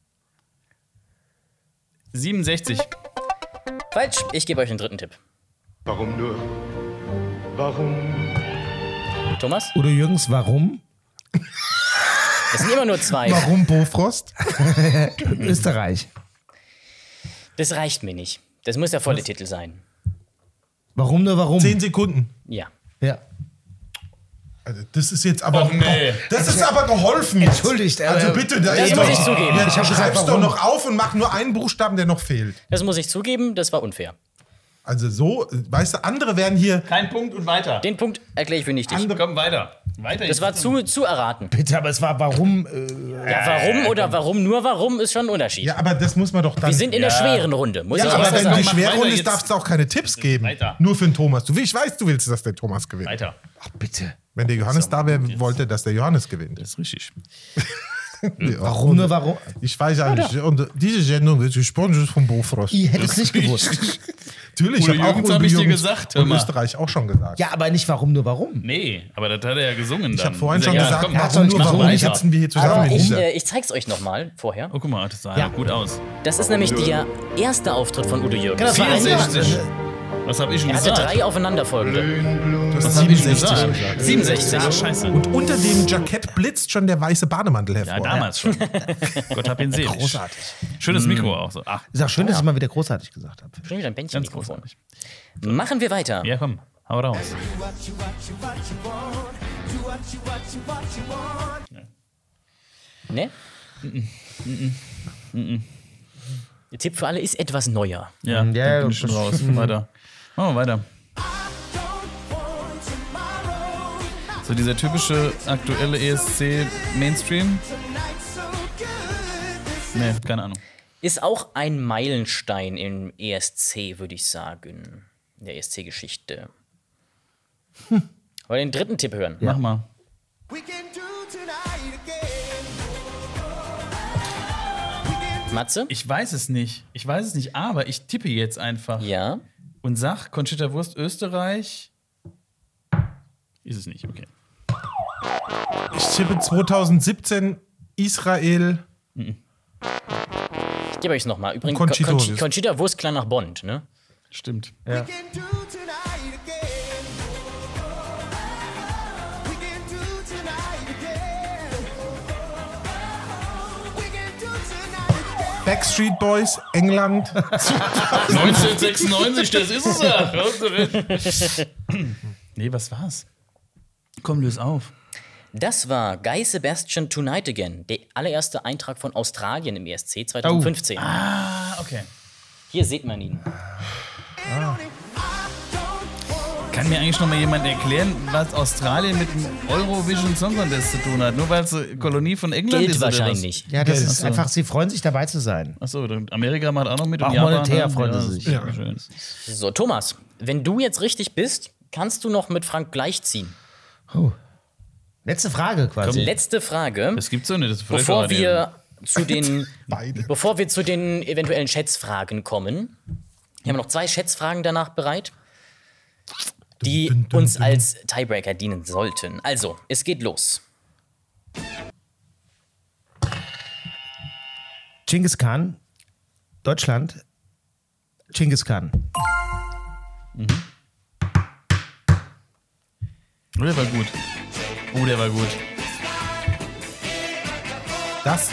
siebenundsechzig. Falsch. Ich gebe euch den dritten Tipp. Warum nur? Warum? Thomas? Udo Jürgens, warum? Das sind immer nur zwei. Warum Bofrost? Österreich. Das reicht mir nicht. Das muss der volle Titel sein. Warum nur warum? Zehn Sekunden. Ja. Ja. Also das ist jetzt aber. Och, nee. Das ist aber geholfen. Jetzt. Entschuldigt, äh, Also bitte, da Das ist muss doch- ich zugeben. Ja, Ich hab schreib's gesagt, doch warum? noch auf und mach nur einen Buchstaben, der noch fehlt. Das muss ich zugeben, das war unfair. Also so, weißt du, andere werden hier. Kein Punkt und weiter. Den Punkt erkläre ich für nichtig. Komm, weiter. Weiter. Das war zu, zu erraten. Bitte, aber es war warum? Äh, Ja, warum oder warum nur warum ist schon ein Unterschied. Ja, aber das muss man doch dann. Wir sind in der schweren Runde, muss Ja, ich aber auch wenn sagen. du die Mach schwere weiter Runde ist, jetzt. darfst du auch keine Tipps geben. Weiter. Nur für den Thomas. Du, ich weiß, du willst, dass der Thomas gewinnt. Weiter. ach, bitte. Wenn der Johannes da wäre, wollte, dass der Johannes gewinnt. Das ist richtig. Ja, Warum und nur warum? Ich weiß ja nicht. Und diese Sendung wird gesponsert von Bofrost. Ich hätte es nicht gewusst. Natürlich, Udo ich habe auch Jürgens Udo hab ich dir Jürgens gesagt, und hör mal. Österreich auch schon gesagt. Ja, aber nicht warum nur warum. Nee, aber das hat er ja gesungen dann. Ich habe vorhin Ist schon ja- gesagt, komm, hat's warum doch nur, nicht warum weiter. sitzen wir hier zusammen Aber in ich, dieser. äh, ich zeig's euch nochmal vorher. Oh, guck mal, das sah Ja. gut aus. Das ist nämlich der erste Auftritt von Udo Jürgens. Das war ein vierundsechzig. Was habe ich schon Er hatte gesagt? drei aufeinanderfolgende. Du hast Was habe ich schon siebenundsechzig gesagt? gesagt. siebenundsechzig. Ach, scheiße. Und unter dem Jackett blitzt schon der weiße Bademantel Ja, hervor. damals schon. Gott hab ihn selig. Großartig. Schönes Mikro auch so. Ach, Ist auch schön, dass ich mal wieder großartig gesagt habe. Schon wieder ein ganz Bändchen-Mikrofon. großartig. Machen wir weiter. Ja, komm, hau raus. Ne? Der Tipp für alle ist etwas neuer. Ja, Ja, da bin ich das- schon raus. Weiter. Machen wir weiter. So dieser typische aktuelle E S C Mainstream. Nee, keine Ahnung. Ist auch ein Meilenstein im E S C, würde ich sagen. In der E S C-Geschichte. Wollen wir den dritten Tipp hören? Mach mal. Matze? Ich weiß es nicht. Ich weiß es nicht, aber ich tippe jetzt einfach Ja. und sag Conchita Wurst Österreich. Ist es nicht, okay. Ich tippe zwanzig Israel. Ich gebe euch nochmal. Übrigens, Conchita Conchita, Wurst. Conchita Wurst klang nach Bond, ne? Stimmt. Ja. Backstreet Boys, England. neunzehnhundertsechsundneunzig, das ist es ja. Hast du recht. Nee, was war's? Komm, löse auf. Das war Guy Sebastian Tonight Again, der allererste Eintrag von Australien im E S C zwanzig fünfzehn. Ah, okay. Hier sieht man ihn. Kann mir eigentlich noch mal jemand erklären, was Australien mit dem Eurovision Song Contest zu tun hat? Nur weil es eine Kolonie von England Gilt ist? oder wahrscheinlich. Ja, das Geld. ist einfach, sie freuen sich dabei zu sein. Achso, und Amerika macht auch noch mit. Auch und Japan, monetär ne? freuen ja, sie sich. Ja. Schön. So, Thomas, wenn du jetzt richtig bist, kannst du noch mit Frank gleichziehen. Oh. Letzte Frage quasi. Letzte Frage. Das gibt's so nicht. Das ist voll Bevor schade. wir zu den, Beide. bevor wir zu den eventuellen Schätzfragen kommen, wir haben noch zwei Schätzfragen danach bereit, die Dun, dun, uns dun. als Tiebreaker dienen sollten. Also, es geht los. Genghis Khan, Deutschland, Genghis Khan. Oh, der war gut. Oh, der war gut. Das.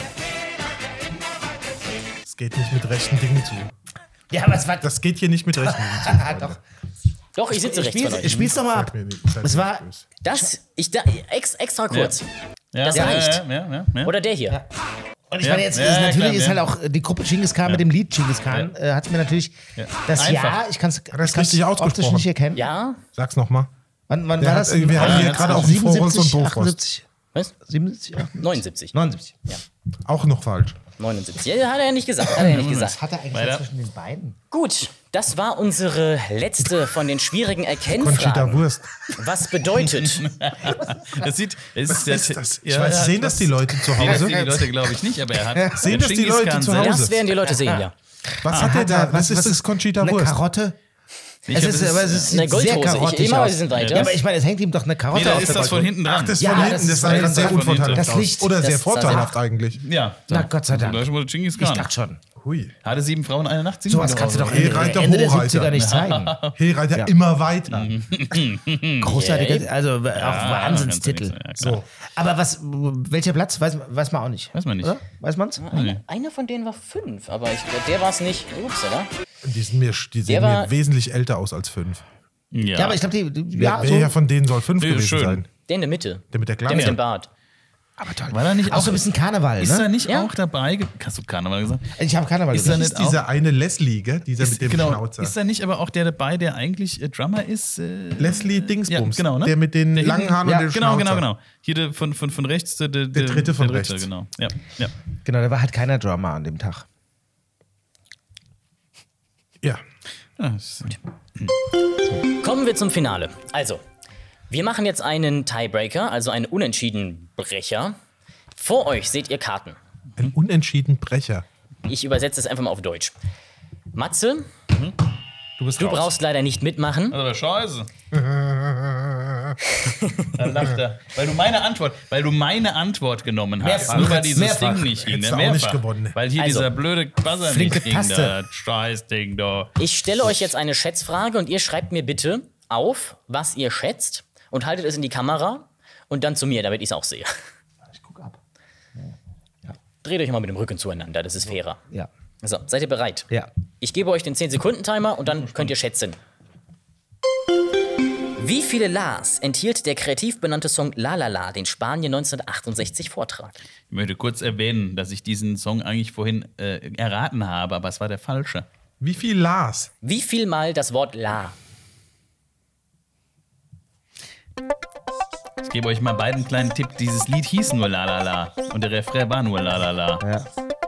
Das geht nicht mit rechten Dingen zu. Ja, was war Das geht hier nicht mit rechten Dingen zu. Ah, doch. Doch, ich sitze rechts von Spiel's, euch. spiel's doch mal ab. Sag mir nicht, sag Es mir war. nicht. Das, ich, da, ex, extra kurz. Ja, Das ja, reicht. Ja, ja, ja, ja. Oder der hier. Und ich Ja, meine, jetzt ja, ist ja, natürlich klar, ist ja. halt auch die Gruppe Genghis Khan mit dem Lied Genghis Khan, äh, hat mir natürlich das Einfach. Jahr, ich kann es das richtig ausgesprochen? nicht erkennen. Ja? Sag's nochmal. Wann, wann Der war hat- das? wir haben hier gerade auch einen Voraus und Bofrost. achtundsiebzig, Was? siebenundsiebzig, achtundsiebzig, neunundsiebzig. neunundsiebzig. Auch noch falsch. neunundsiebzig. Ja, hat er ja nicht gesagt. Hat er ja nicht gesagt. Was hat er eigentlich Weiter. zwischen den beiden? Gut, das war unsere letzte von den schwierigen Conchita Erkennfragen. Wurst. Was bedeutet, Das sieht. Es Was ist, der- ist das? Ich Ja, weiß, ja, sehen das die Leute zu Nee, das Hause? sehen die Leute, glaube ich, nicht, aber er hat. Sehen der das die Genghis Leute Khan zu selbst- Hause? das werden die Leute sehen, ja. Was hat der da? Was ist das Conchita Eine Wurst? Karotte? Ich Es hab- ist, das aber es ist- ist Eine sehr Goldhose. Ich, karottig immer, aus. wir sind weiter. Ja, aber ich meine, es hängt ihm doch eine Karotte Nee, da auf ist der das von Goldhose. hinten dran. Ach, das ist Ja, von das hinten. Das ist sah von jetzt hinten. sehr Von hinten. unvorteilhaft Das aus. Licht, Oder das sehr sah vorteilhaft eigentlich. Ja. Na Gott sei Dank. Gleich wurde Genghis Ich Khan. dachte schon. Hui. Hatte sieben Frauen eine Nacht. sieben Sowas Frauen kannst du oder doch so. Ende, Reiter, Ende der Hochreiter. siebziger nicht zeigen. Hey, Reiter Ja. immer weiter. Großartig, also auch Wahnsinnstitel. Ja, kannst du nicht, ja, klar. So. Aber was, welcher Platz, weiß, weiß man auch nicht. Weiß man nicht. Oder? Weiß man's? Eine, einer von denen war fünf, aber ich, der war es nicht. Ups, oder? Die, sind mir, die sehen war- mir wesentlich älter aus als fünf. Ja. Ja, aber ich glaube, die, die Wer, ja, wer so, ja von denen soll fünf Nee, gewesen schön. sein? Der in der Mitte. Der mit der Der mit Glatze. dem Bart. aber toll. War da nicht Auch so ein bisschen Karneval, Ist da ne? nicht Ja. auch dabei? ge- Hast du Karneval gesagt? Ich habe Karneval Ist da gesagt. nicht Ist dieser eine Leslie, gell? Dieser Ist, mit dem genau, Schnauzer. ist da nicht aber auch der dabei, der eigentlich äh, Drummer ist? Äh, Leslie Dingsbums. Ja, genau, ne? Der mit den Der langen hinten- Haaren ja, und dem genau, Schnauzer. genau, genau. Hier der von, von, von rechts, der, der, Der dritte von der dritte, rechts. Genau. Ja, ja. Genau, da war halt keiner Drummer an dem Tag. Ja. Ja, das ist- Kommen wir zum Finale. Also, wir machen jetzt einen Tiebreaker, also einen Unentschiedenbrecher. Vor euch seht ihr Karten. Ein unentschieden Brecher. Ich übersetze es einfach mal auf Deutsch. Matze, Du bist du raus. brauchst leider nicht mitmachen. Das war scheiße. Da lacht er. Weil du meine Antwort, weil du meine Antwort genommen hast. Mehrfach. Nur weil dieses Mehrfach. Ding nicht ging. Hättest Ne? du auch nicht Mehrfach. gewonnen. Weil hier Also, dieser blöde Buzzer flinke nicht ging. Taste. Da. Scheißding da. Ich stelle euch jetzt eine Schätzfrage und ihr schreibt mir bitte auf, was ihr schätzt und haltet es in die Kamera und dann zu mir, damit ich es auch sehe. Ich guck ab. Dreht euch mal mit dem Rücken zueinander, das ist fairer. Ja. So, seid ihr bereit? Ja. Ich gebe euch den zehn Sekunden Timer und dann könnt ihr schätzen. Wie viele Las enthielt der kreativ benannte Song La La La, den Spanien neunzehnhundertachtundsechzig vortrag? Ich möchte kurz erwähnen, dass ich diesen Song eigentlich vorhin äh, erraten habe, aber es war der falsche. Wie viel Lars? Wie viel Mal das Wort La? Ich gebe euch mal beiden einen kleinen Tipp. Dieses Lied hieß nur La La La und der Refrain war nur La La La. Ja.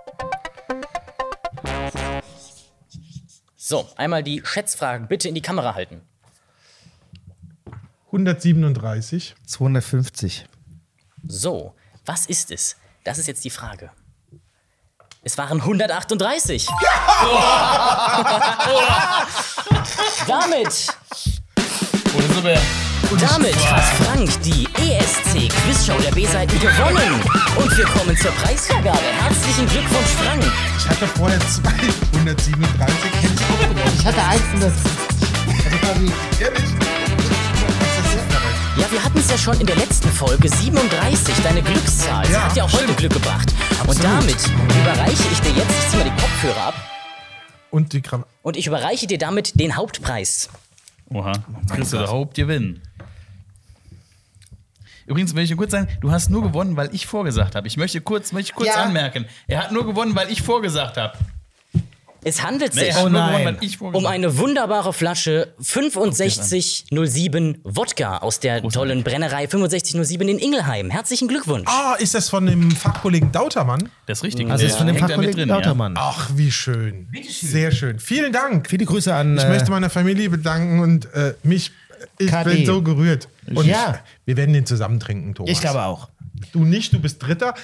So, einmal die Schätzfragen bitte in die Kamera halten. hundertsiebenunddreißig. zweihundertfünfzig. So, was ist es? Das ist jetzt die Frage. Es waren hundertachtunddreißig. Damit, Und so, damit hat Frank die E S C Quizshow der B-Seiten gewonnen. Und wir kommen zur Preisvergabe. Herzlichen Glückwunsch, Frank. Ich hatte vorher zweihundertsiebenunddreißig. Hätte ich auch gewonnen. Ich hatte hundertfünfzig. Also quasi. Ehrlich? Ja, wir hatten es ja schon in der letzten Folge, siebenunddreißig, deine Glückszahl. Sie Ja, hat ja auch heute stimmt. Glück gebracht. Und Absolut. damit überreiche ich dir jetzt, ich zieh mal die Kopfhörer ab, Und die Kram. und ich überreiche dir damit den Hauptpreis. Oha, jetzt kriegst du der Hauptgewinn. Übrigens, will ich kurz sagen, du hast nur gewonnen, weil ich vorgesagt habe. Ich möchte kurz, möchte kurz Ja. anmerken, er hat nur gewonnen, weil ich vorgesagt habe. Es handelt Nee, sich er hat Oh nur nein. gewonnen, weil ich um vorgesagt eine wunderbare Flasche fünfundsechzig null sieben Wodka aus der tollen Brennerei fünfundsechzig null sieben in Ingelheim. Herzlichen Glückwunsch. Ah, ist das von dem Fachkollegen Dautermann? Das ist richtig. Also Der ist von dem hängt da mit Fachkollegen drin, Lautermann. Ach, wie schön. Sehr schön. Vielen Dank. Viele Grüße an. Ich äh, möchte meiner Familie bedanken und äh, mich, ich K D. bin so gerührt. Und Ja. wir werden den zusammen trinken, Thomas. Ich glaube auch. Du nicht, du bist Dritter.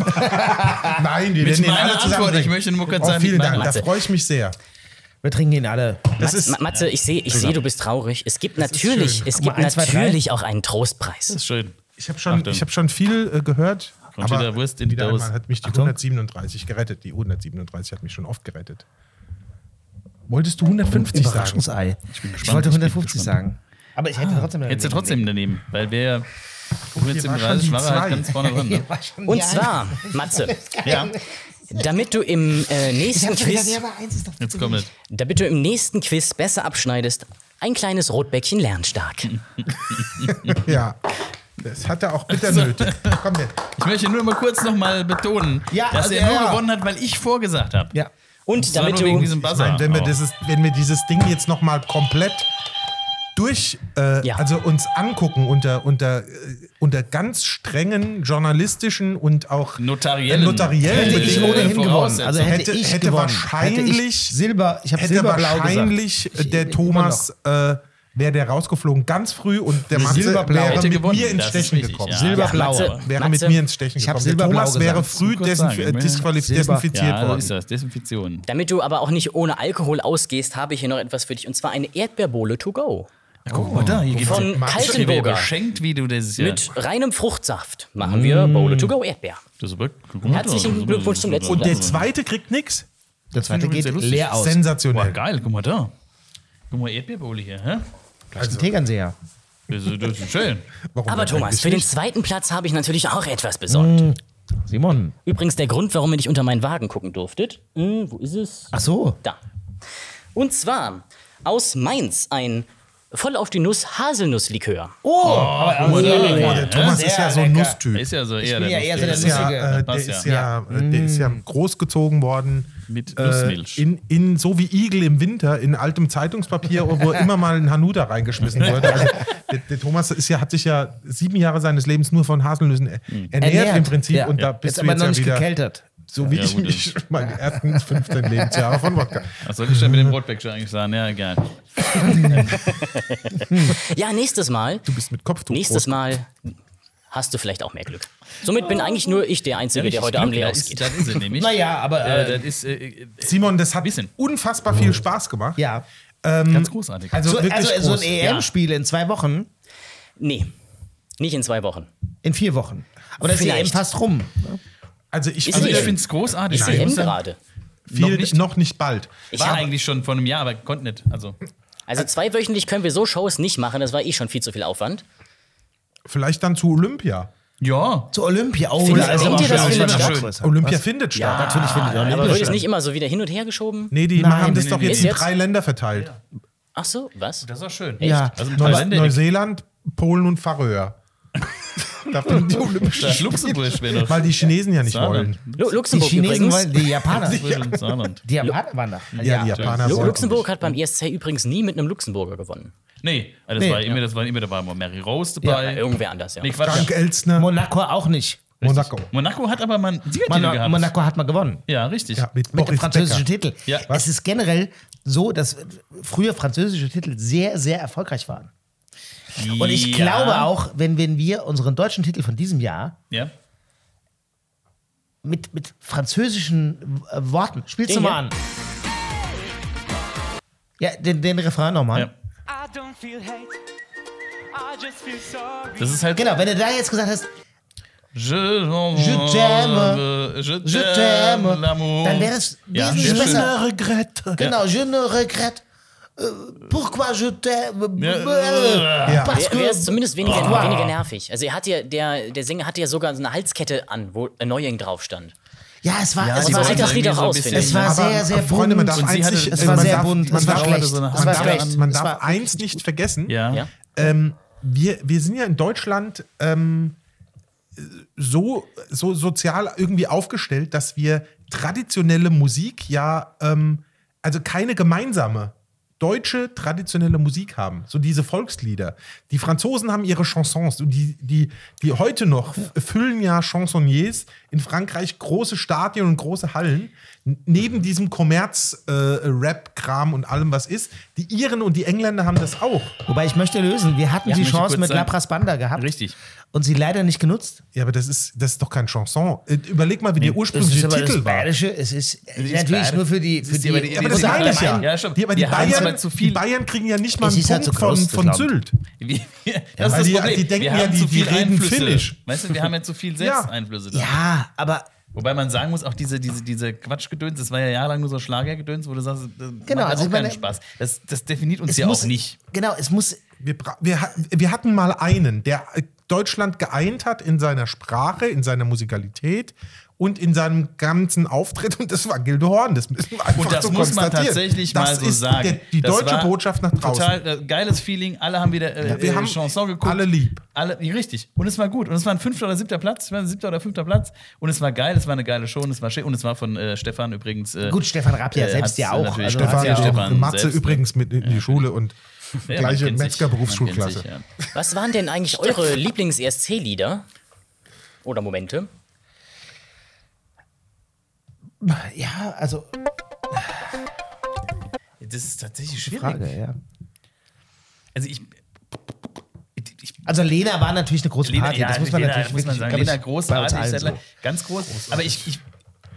Nein, wir Mit werden den meiner alle zusammen Antwort, ich trinken. möchte nur kurz Oh, sagen, vielen mit Dank, meiner- da Matze. freue ich mich sehr. Wir trinken ihn alle. Das Matze, ist, Matze, ich sehe, ich sehe, du bist traurig. Es gibt ist natürlich, schön. es Guck mal, gibt eins, zwei, drei. natürlich auch einen Trostpreis. Das ist schön. ich habe schon, Achtung. ich hab schon viel äh, gehört. Conchita Wurst in die wieder Dose. einmal hat mich die Achtung. hundertsiebenunddreißig gerettet. Die hundertsiebenunddreißig hat mich schon oft gerettet. Wolltest du hundertfünfzig sagen? Überraschungsei. Ich, gespannt, wollte ich bin hundertfünfzig sagen. Aber ich hätte trotzdem. Hättest du trotzdem daneben, weil wer hier war schon hundertsiebenunddreißig die war er halt zwei. ganz vorne dran. Ne? Und zwar, Matze, Ja, damit du im äh, nächsten Quiz, jetzt kommt es. damit du im nächsten Quiz besser abschneidest, ein kleines Rotbäckchen lernstark. Ja. Das hat er auch bitter nötig. Komm jetzt. Ich möchte nur mal kurz noch mal betonen, Ja, dass also, er nur ja. gewonnen hat, weil ich vorgesagt habe. Ja. Und Das war damit nur wegen du, diesem Ich Buzzer. meine, wenn wir, auch. dieses, wenn wir dieses Ding jetzt noch mal komplett durch, äh, Ja. also uns angucken unter, unter, äh, unter ganz strengen journalistischen und auch Notariellen. äh, notariellen Hätte ich Äh, ohnehin gewonnen. Voraussetzung. Also hätte, Hätte- ich hätte gewonnen. wahrscheinlich- hätte ich Silber. Ich habe hätte Silberblau wahrscheinlich gesagt. äh, der Ich- Thomas äh, wäre der rausgeflogen ganz früh und der Matze Silberblau. wäre Hätte mit gewonnen, mir ins das ist Stechen richtig, gekommen. ja. Silberblau. Ja, Matze. Wäre Matze, mit mir ins Stechen ich hab gekommen. Der Silberblau Thomas wäre gesagt. früh Kurz desinf sagen, äh, ne? disqualif Silber. desinfiziert Ja, so worden. ist das. Desinfektion. damit du aber auch nicht ohne Alkohol ausgehst, habe ich hier noch etwas für dich. Und zwar eine Erdbeerbohle to go. Guck mal da, hier gibt's Von ja- Kaltenburger. geschenkt, wie du das ja. Mit reinem Fruchtsaft machen wir Bohle to go Erdbeer. Das ist wirklich- guck mal da. Herzlichen Glückwunsch zum letzten Und der Platz. zweite kriegt nix. Der zweite finde ich geht sehr lustig. leer aus. Boah, Sensationell. geil, guck mal da. Guck mal, Erdbeerbohle hier, hä? Also, Tegernseher. Das ist, das ist schön. Warum Aber denn Thomas, eigentlich für den nicht? zweiten Platz habe ich natürlich auch etwas besorgt. Simon. Übrigens der Grund, warum ihr nicht unter meinen Wagen gucken durftet. Hm, wo ist es? Ach so. Da. Und zwar aus Mainz ein voll auf die Nuss Haselnusslikör. Oh, aber guck mal da, Oh, hier, der Thomas Sehr ist ja so ein lecker. Nusstyp. Ist ja so eher bin ja der eher so der Der ist Lustige. Nuss- ja, äh, der, Passt ist ja. ja, äh, der ist ja großgezogen worden. Mit Äh, Nussmilch. in, in, so wie Igel im Winter in altem Zeitungspapier, wo immer mal ein Hanuta reingeschmissen wurde. Also, der, der Thomas ist ja, hat sich ja sieben Jahre seines Lebens nur von Haselnüssen er- ernährt, im Prinzip. Ja. Und da Ja. bist Jetzt du aber jetzt noch ja nicht wieder, gekeltert. so wie Ja, ich gut, mich meine ersten fünfzehn Lebensjahre von Wodka. Was soll ich denn mit dem Rotbeck schon eigentlich sagen? Ja, egal. Ja, nächstes Mal. Du bist mit Kopftuch Nächstes groß. Mal hast du vielleicht auch mehr Glück. Somit bin eigentlich nur ich der Einzige, der heute Abend leer das ausgeht. ist, das ist es nämlich. Naja, aber. Äh, Äh, das ist äh, Simon, das hat Bisschen. unfassbar viel Spaß gemacht. ja. ganz großartig. Also So, wirklich also so ein groß. E M-Spiel in zwei Wochen, Nee, nicht in zwei Wochen. in vier Wochen. Aber das ist E M Vielleicht. fast rum. Also ich, Ist also die ich E M? finde es großartig. Ist Ich E M muss sagen, gerade. viel, noch noch, nicht. nicht. noch nicht bald. Ich War hab, eigentlich schon vor einem Jahr, aber konnte nicht. Also, also zweiwöchentlich können wir so Shows nicht machen, das war eh schon viel zu viel Aufwand. Vielleicht dann zu Olympia. ja. Zu Olympia. Oh, Findet- also denkt ihr, das auch findet schon statt? größer. Olympia Was? findet Ja, statt. Natürlich findet aber Olympia wird es statt. nicht immer so wieder hin und her geschoben? Nee, die Nein, haben das nee, doch nee, jetzt nee. in drei Länder verteilt. Ach so, was? Das war schön. Ja. Also ein Neu paar Länder. Neuseeland, Polen und Färöer. Da finden die Olympischen Das Luxemburg wäre doch. Weil die Chinesen ja nicht Saarland. wollen. Lu Die Luxemburg Chinesen übrigens. wollen, die Japaner. Luxemburg. Saarland. Die Japaner waren da. Ja, die Japaner Lu wollen. Luxemburg hat beim E S C übrigens nie mit einem Luxemburger gewonnen. Nee, also das, Nee, war ja. immer, das war immer dabei. War Mary Rose dabei. Ja, irgendwer anders, ja. Nee, Quatsch. Frank Elstner, Monaco auch nicht. Monaco. Monaco hat aber mal einen Siegertitel Monaco, gehabt. Monaco hat mal gewonnen. Ja, richtig. Ja, mit Mit dem Boris französischen Becker. Titel. Ja. Es ist generell so, dass früher französische Titel sehr, sehr erfolgreich waren. Und ich Ja. glaube auch, wenn, wenn wir unseren deutschen Titel von diesem Jahr Ja. mit, mit französischen äh, Worten, spielst du Den mal an. Ja, den, den Refrain nochmal. ja. Das ist halt. Genau, wenn du da jetzt gesagt hast, Je, Je t'aime. Je je t'aime, t'aime, l'amour. dann wäre es Ja, wesentlich sehr schön. besser. Regrette. Genau, je ne regrette. äh, Pourquoi je t'aime? Ja. äh, Ja. Parce Wäre es que. zumindest weniger, Oh. weniger nervig. Also er hat ja, der, der Sänger hatte ja sogar so eine Halskette an, wo Annoying drauf stand. Ja, es war, Ja, es die so war, sieht wollten das Lied irgendwie auch so ein aus, bisschen- finde es war Aber, sehr, sehr Freunde, man darf bunt. Und sie eins hatte- nicht, es Es man war sehr darf, bunt, man es war darf, schlecht. so eine Es man war darf, schlecht. man Es darf war eins nicht vergessen. Ja. Ja. Ähm, wir, wir sind ja in Deutschland ähm, so, so sozial irgendwie aufgestellt, dass wir traditionelle Musik ja ähm, also keine gemeinsame deutsche traditionelle Musik haben, so diese Volkslieder. Die Franzosen haben ihre Chansons und die, die, die heute noch füllen ja Chansonniers in Frankreich große Stadien und große Hallen, neben diesem Kommerz-Rap-Kram und allem, was ist. Die Iren und die Engländer haben das auch. Wobei ich möchte lösen, wir hatten Ja, die möchte Chance kurz mit sagen. La Praspanda gehabt. Richtig. Und sie leider nicht genutzt. Ja, aber das ist, das ist doch kein Chanson. Äh, Überleg mal, wie der Das ursprüngliche ist aber Titel das war. Bayerische, es ist, ist natürlich bayerisch. nur für die, Das für ist die, aber die- Aber das die- meine ich ja. Ja, stimmt. Die, aber die, Wir haben's Bayern, aber zu die viel- Bayern kriegen ja nicht mal Es einen ist halt Punkt so groß, von, das von Land. Sylt. Wir, das weil ist das die- Problem. die denken wir ja, haben die- zu die viel reden Einflüsse. Finnisch. Weißt du, wir haben ja zu viel Ja. Selbsteinflüsse. da. Ja, aber Wobei man sagen muss, auch diese, diese, diese Quatschgedöns, das war ja jahrelang nur so Schlagergedöns, wo du sagst, das Genau, macht also auch ich keinen meine, Spaß. Das, das definiert uns es ja muss, auch nicht. Genau, es muss, Wir, bra- wir, ha- wir hatten mal einen, der äh, Deutschland geeint hat in seiner Sprache, in seiner Musikalität und in seinem ganzen Auftritt. Und das war Gildo Horn. Das müssen wir einfach Und das so muss man konstatieren. tatsächlich das mal so ist sagen. Der, die Das deutsche war Botschaft nach draußen. Total äh, geiles Feeling. Alle haben wieder äh, Ja, wir äh, haben Chanson geguckt. alle lieb. Alle, ja, richtig. Und es war gut. Und es war ein fünfter oder siebter Platz. Es war ein siebter oder fünfter Platz. Und es war geil. Es war eine geile Show. Und es war schön. Und es war von äh, Stefan übrigens. Äh, gut, Stefan Rapp ja äh, selbst hat's ja auch. natürlich Also Stefan Stefan, ja, ja, Stefan Matze selbst, ne? übrigens mit in die Schule und Ja, man gleiche kennt sich. Metzger-Berufsschulklasse. Man kennt sich, ja. Was waren denn eigentlich eure Lieblings-E S C-Lieder? Oder Momente? Ja, also Das ist tatsächlich schwierig. Frage, ja. Also ich. ich Also Lena war natürlich eine große Lena, Party, ja, das muss man Lena, natürlich muss man wirklich, sagen. glaub Lena ich, bei uns großartig, allen Settler, so. ganz groß. Aber ich, ich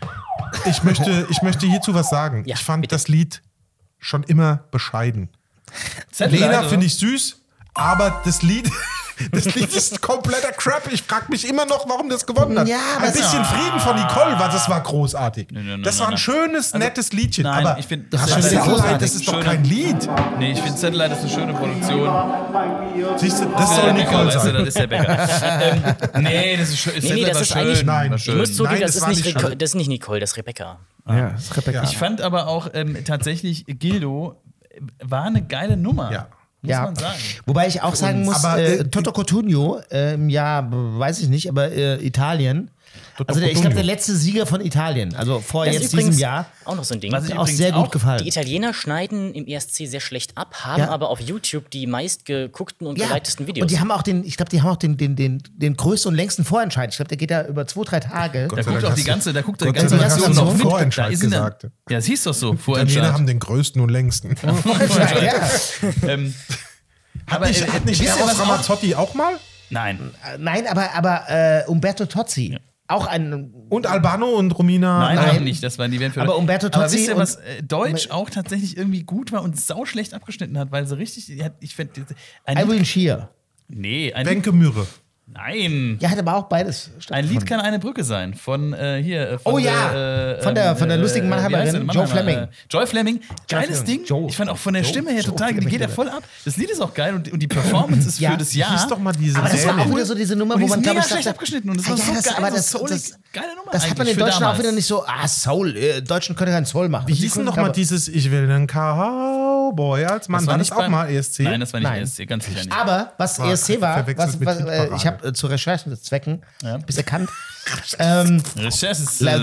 Ich möchte, ich möchte hierzu was sagen. Ja, ich fand bitte. das Lied schon immer bescheiden. Satellite, Lena oder? finde ich süß, aber das Lied, das Lied ist kompletter Crap. Ich frage mich immer noch, warum das gewonnen hat. Ja, aber ein es- bisschen Frieden von Nicole, war, das war großartig. Nein, nein, das nein, war ein nein. schönes, nettes Liedchen. nein, aber ich finde, das, das das, ist Satellite, großartig. das ist doch Schöne- kein Lied. Nee, ich finde Satellite ist eine schöne Produktion. Siehst du, das Das soll der Nicole weißt du, sein. das ist der Bäcker. ähm, nee, das ist schön. Nee, nee, das ist schön, eigentlich- Nein, war ich schön. Ich muss zugeben, Nein, das, das ist war nicht nicht Rico- schön. das ist nicht Nicole, das ist Rebecca. Ja, das ist Rebecca. Ich fand aber auch ähm, tatsächlich, Gildo war eine geile Nummer. Ja. Muss Ja. man sagen. Wobei ich auch sagen muss, aber, äh, äh, Toto Cotugno, äh, im Jahr, b- weiß ich nicht, aber äh, Italien. Toto Also der, ich glaube, der Cotugno. letzte Sieger von Italien, also vor Das ist jetzt übrigens diesem Jahr, auch noch so ein Ding. Was ich auch übrigens sehr gut auch- gefallen. Die Italiener schneiden im E S C sehr schlecht ab, haben Ja. aber auf YouTube die meistgeguckten und Ja, geleitesten Videos. und die haben auch den, ich glaube, die haben auch den, den, den, den größten und längsten Vorentscheid. Ich glaube, der geht da über zwei, drei Tage. Da sei guckt Dank auch hast die du- ganze, da guckt die Gott sei ganze Dank hast du Nation noch noch mit. Vorentscheid Da ist in der- gesagt. Ja, es hieß doch so, Italiener Vorentscheid. haben den größten und längsten. Vorentscheid, ja. ähm, Hat aber, nicht, äh, hat nicht wisst ihr, Eros was auch- Ramazzotti auch mal? Nein. Äh, Nein, aber, aber äh, Umberto Tozzi, auch ein. Und Albano und Romina? Nein, Nein. auch nicht. Das waren die Event Aber Umberto Aber Tozzi wisst ihr, und- was äh, Deutsch auch tatsächlich irgendwie gut war und sau schlecht abgeschnitten hat, weil sie richtig. Die hat, ich finde. Ein Irene Lied, Shear. nee, ein Lied, Wenke Mürre. nein. Ja, hat aber auch beides Ein stattgefunden. Lied kann eine Brücke sein. Von äh, hier. Äh, von Oh der, ja, äh, von der- ähm, von der äh, lustigen äh, wie Mannheimerin, heißt sie denn? Joe Mannheimer, Fleming. Äh, Joy Fleming. Geiles Fleming. Ding. Joe. Ich fand auch von der Joe. Stimme her Joe total. Die Fleming, geht ja bitte. voll ab. Das Lied ist auch geil und, und die Performance ist Ja, für das Wie Jahr. hieß doch mal diese Aber das war auch Serie? wieder so diese Nummer, Und wo die man ist glaube mega ich schlecht sagt, abgeschnitten und das ah, war ja, so das, geil, aber so das, soulig. das, Geile Nummer das hat man eigentlich den für Deutschen auch damals. wieder nicht so, ah, Soul, äh, Deutschen können kein Soul machen. Wie Die hieß denn können noch mal aber- dieses Ich will einen Cowboy als Mann? War das nicht auch beim- mal E S C? Nein, das war nicht Nein. E S C, ganz sicher nicht. Aber was War- E S C war, verwechselt was, mit was, äh, Hitparade. ich habe äh, zu Recherchenzwecken Ja. ein bisschen erkannt. ähm, Recherche ist. La- äh,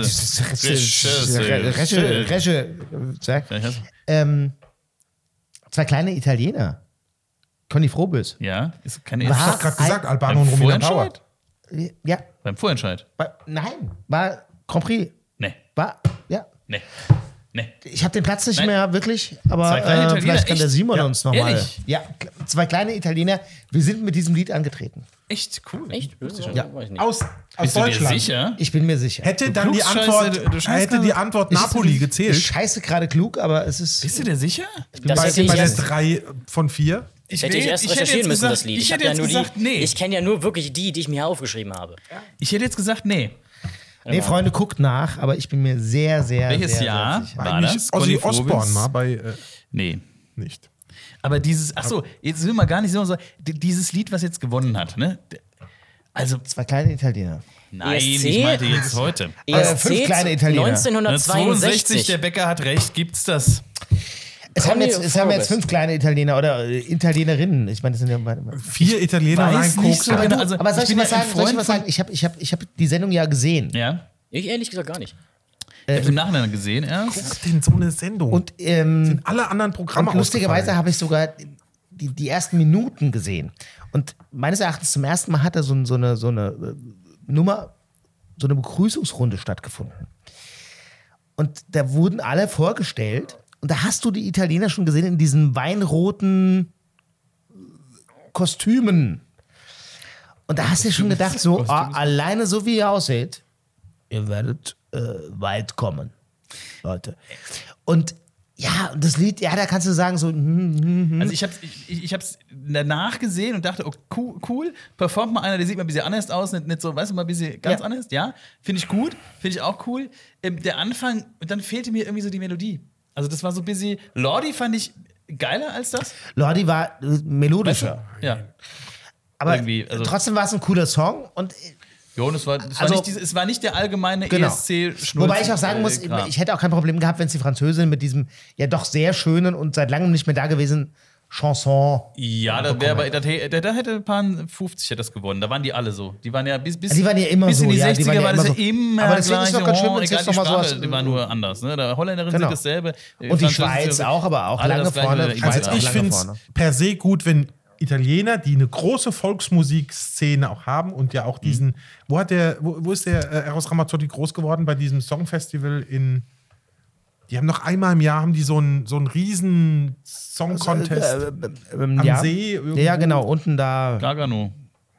Reche, Reche, Reche, Zwerg. Ja, ich weiß. ähm, zwei kleine Italiener. Conny Frobös. Ja, ist keine War- Ich hab gerade gesagt, Ein- Albano und Beim Romina Power. Vorentscheid? Ja, Beim Vorentscheid? war, nein, war Grand Prix. Nee, War, ja. nee, nee. Ich habe den Platz nicht Nein. mehr wirklich, aber Zwei kleine äh, Italiener, vielleicht kann der echt? Simon Ja. uns nochmal. Ehrlich? Ja, zwei kleine Italiener. Wir sind mit diesem Lied angetreten. Echt cool. Echt? Ja. Weiß ich nicht. Aus, aus Bist du dir Deutschland. sicher? Ich bin mir sicher. Hätte dann die Klugscheiße, Antwort, du- du scheißt hätte die gerade- Antwort Ich- Napoli Ich gezählt. scheiße gerade klug, aber es ist. Bist du dir sicher? Das Bei, hätte ich bei der erst, drei von vier. Ich hätte ich will- erst ich hätte recherchieren jetzt müssen, gesagt- das Lied. Ich Ich, hab hätte ja jetzt nur gesagt, die, nee. ich kenne ja nur wirklich die, die ich mir aufgeschrieben habe. Ich hätte jetzt gesagt, nee. Nee, Freunde, guckt nach, aber ich bin mir sehr, sehr, Welches sehr, Jahr? sehr sicher. War Eigentlich das? Ozzy Conny Osbourne Frobis? mal bei äh, Nee. nicht. Aber dieses, ach so, jetzt will man gar nicht so, so di- dieses Lied, was jetzt gewonnen hat, ne? Also, Zwei kleine Italiener. nein, E S C? ich meinte jetzt heute. E S C fünf kleine Italiener. neunzehnhundertzweiundsechzig. der Bäcker hat recht, gibt's das? Es haben, Conny jetzt, es haben jetzt Frobis. fünf kleine Italiener oder äh, Italienerinnen. Ich meine, das sind ja. Vier Italiener und weiß ein nicht so Koks. Aber, genau, du, also, aber soll ich ich, bin dir was ja ein sagen? Soll ich dir Freund was von- sagen? Ich habe ich hab, ich hab die Sendung ja gesehen. Ja. Ich ehrlich gesagt gar nicht. Ich hab's im Nachhinein gesehen erst. Guck denn so eine Sendung? Und, ähm, sind alle anderen Programme und lustigerweise ausgefallen. habe ich sogar die, die ersten Minuten gesehen. Und meines Erachtens zum ersten Mal hat da so, so, eine, so eine äh, Nummer, so eine Begrüßungsrunde stattgefunden. Und da wurden alle vorgestellt. Und da hast du die Italiener schon gesehen in diesen weinroten Kostümen. Und da hast du dir schon gedacht, so ah, alleine so wie ihr aussieht, ihr werdet äh, weit kommen, Leute. Und ja, das Lied, ja, da kannst du sagen so, hm, hm, hm. Also ich hab's, ich, ich hab's danach gesehen und dachte, oh, cool, cool, performt mal einer, der sieht mal ein bisschen anders aus, nicht, nicht so, weißt du, mal ein bisschen ganz Ja. anders, ja, finde ich gut, finde ich auch cool. Ähm, der Anfang, und dann fehlte mir irgendwie so die Melodie. Also das war so ein bisschen, Lordi fand ich geiler als das. Lordi war äh, melodischer. Ja. Aber irgendwie, also- trotzdem war es ein cooler Song. Und Jo, und es war, es, war Also- nicht diese, es war nicht der allgemeine Genau. E S C-Schnulz. wobei ich auch sagen muss, äh, Kram. ich hätte auch kein Problem gehabt, wenn es die Französin mit diesem ja doch sehr schönen und seit langem nicht mehr da gewesen Chanson. Ja, da, wär, aber, da, da, da hätte ein paar fünfzig hätte das gewonnen. Da waren die alle so. Die waren ja bis, bis, Die waren ja immer bis in so, die ja, die sechziger waren ja war das immer ja so. immer Aber deswegen ist gleich. doch ganz schön, oh, wenn es egal, jetzt die noch mal Sprache, sowas- die war nur anders. Ne? Der Holländerin Genau. sind dasselbe. Und die Schweiz auch, aber auch alle lange das Gleiche, vorne. die Schweiz Schweiz auch auch. Ich lange finde es vorne. per se gut, wenn Italiener, die eine große Volksmusikszene auch haben und ja auch diesen, wo hat der, wo, wo ist der äh, Eros Ramazzotti groß geworden bei diesem Songfestival in, die haben noch einmal im Jahr haben die so einen so einen riesen Song-Contest Ähm, am ja. See irgendwo. Ja, genau, unten da. Gargano.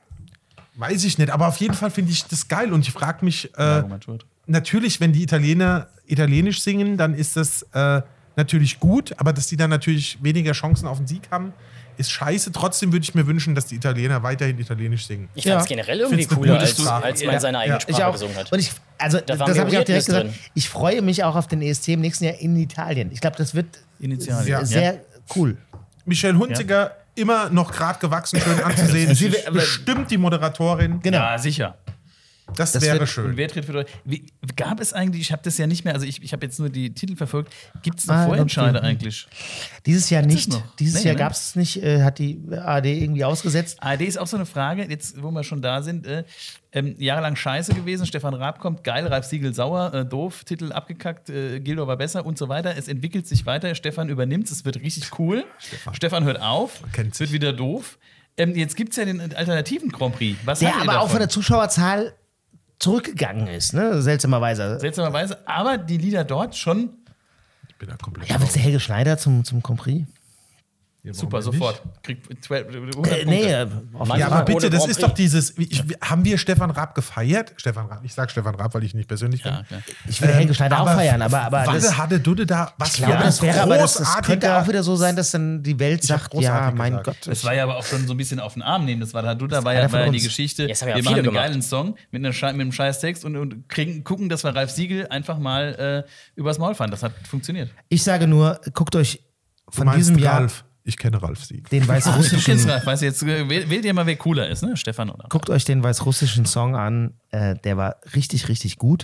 Weiß ich nicht, aber auf jeden Fall finde ich das geil und ich frage mich, äh, Argument wird. natürlich, wenn die Italiener Italienisch singen, dann ist das äh, natürlich gut, aber dass die dann natürlich weniger Chancen auf den Sieg haben, ist scheiße. Trotzdem würde ich mir wünschen, dass die Italiener weiterhin Italienisch singen. Ich fand es Ja. generell irgendwie Find's eine cooler, gute als, Sprache. als man Ja. seine eigene Ja. Sprache Ich auch. gesungen hat. Und ich, also, Da das waren habe ich auch wir direkt Weirdness gesagt. drin. Ich freue mich auch auf den E S C im nächsten Jahr in Italien. Ich glaube, das wird Initial. Ja. sehr cool. Michelle Hunziker, immer noch gerade gewachsen, schön anzusehen. Sie Sie will- bestimmt die Moderatorin. Genau. Ja, sicher. Das, Das wäre wird- schön. Und wer tritt für Deutschland? Wie, gab es eigentlich, ich habe das ja nicht mehr, also ich, ich habe jetzt nur die Titel verfolgt, gibt es eine Ah, Vorentscheide okay. eigentlich? Dieses Jahr nicht. noch? Dieses Nee, Jahr ne? gab es es nicht. Äh, hat die A R D irgendwie ausgesetzt. A R D ist auch so eine Frage, jetzt wo wir schon da sind, äh, ähm, jahrelang scheiße gewesen, Stefan Raab kommt, geil, Ralf Siegel sauer, äh, doof, Titel abgekackt, äh, Gildo war besser und so weiter. Es entwickelt sich weiter, Stefan übernimmt es wird richtig cool. Stefan, hört auf, kennt es wird wieder doof. Ähm, jetzt gibt es ja den alternativen Grand Prix. Was Der haltet ihr aber auch davon? von der Zuschauerzahl zurückgegangen ist, ne? Seltsamerweise. Seltsamerweise, aber die Lieder dort schon Ich bin da komplett Ja, willst du Helge Schneider zum, zum Grand Prix? Ja, warum super, denn nicht? sofort. Kriegt zwölf, hundert Äh, nee, Punkte. äh, auf Mann, Ja, aber Ohne bitte, das Grand ist Prix. doch dieses. Ich, haben wir Stefan Raab gefeiert? Stefan Raab, ich sag Stefan Raab, weil ich ihn nicht persönlich Ja, kenne. klar. ich will Helge Schneider auch feiern, aber, aber Warte, das, hatte Dude da was ich glaube, für das ein wäre aber das, das großartiger- könnte auch wieder so sein, dass dann die Welt Ich hab sagt, ja, großartig mein gesagt. Gott. Das war ja aber auch schon so ein bisschen auf den Arm nehmen. Das war da, da war einer ja, von war ja die uns. Geschichte. Jetzt haben ja wir viele machen einen gemacht. geilen Song mit, einer Schei- mit einem scheiß Text und, und kriegen, gucken, dass wir Ralf Siegel einfach mal äh, übers Maul fahren. Das hat funktioniert. Ich sage nur, guckt euch Du von meinst diesem Jahr Ralf. Ich kenne Ralf Sieg. den Du kennst weißrussischen, Ralf, weißt du, jetzt äh, wählt, wählt ihr mal, wer cooler ist, ne? Stefan oder? guckt euch den weißrussischen Song an. Äh, der war richtig, richtig gut.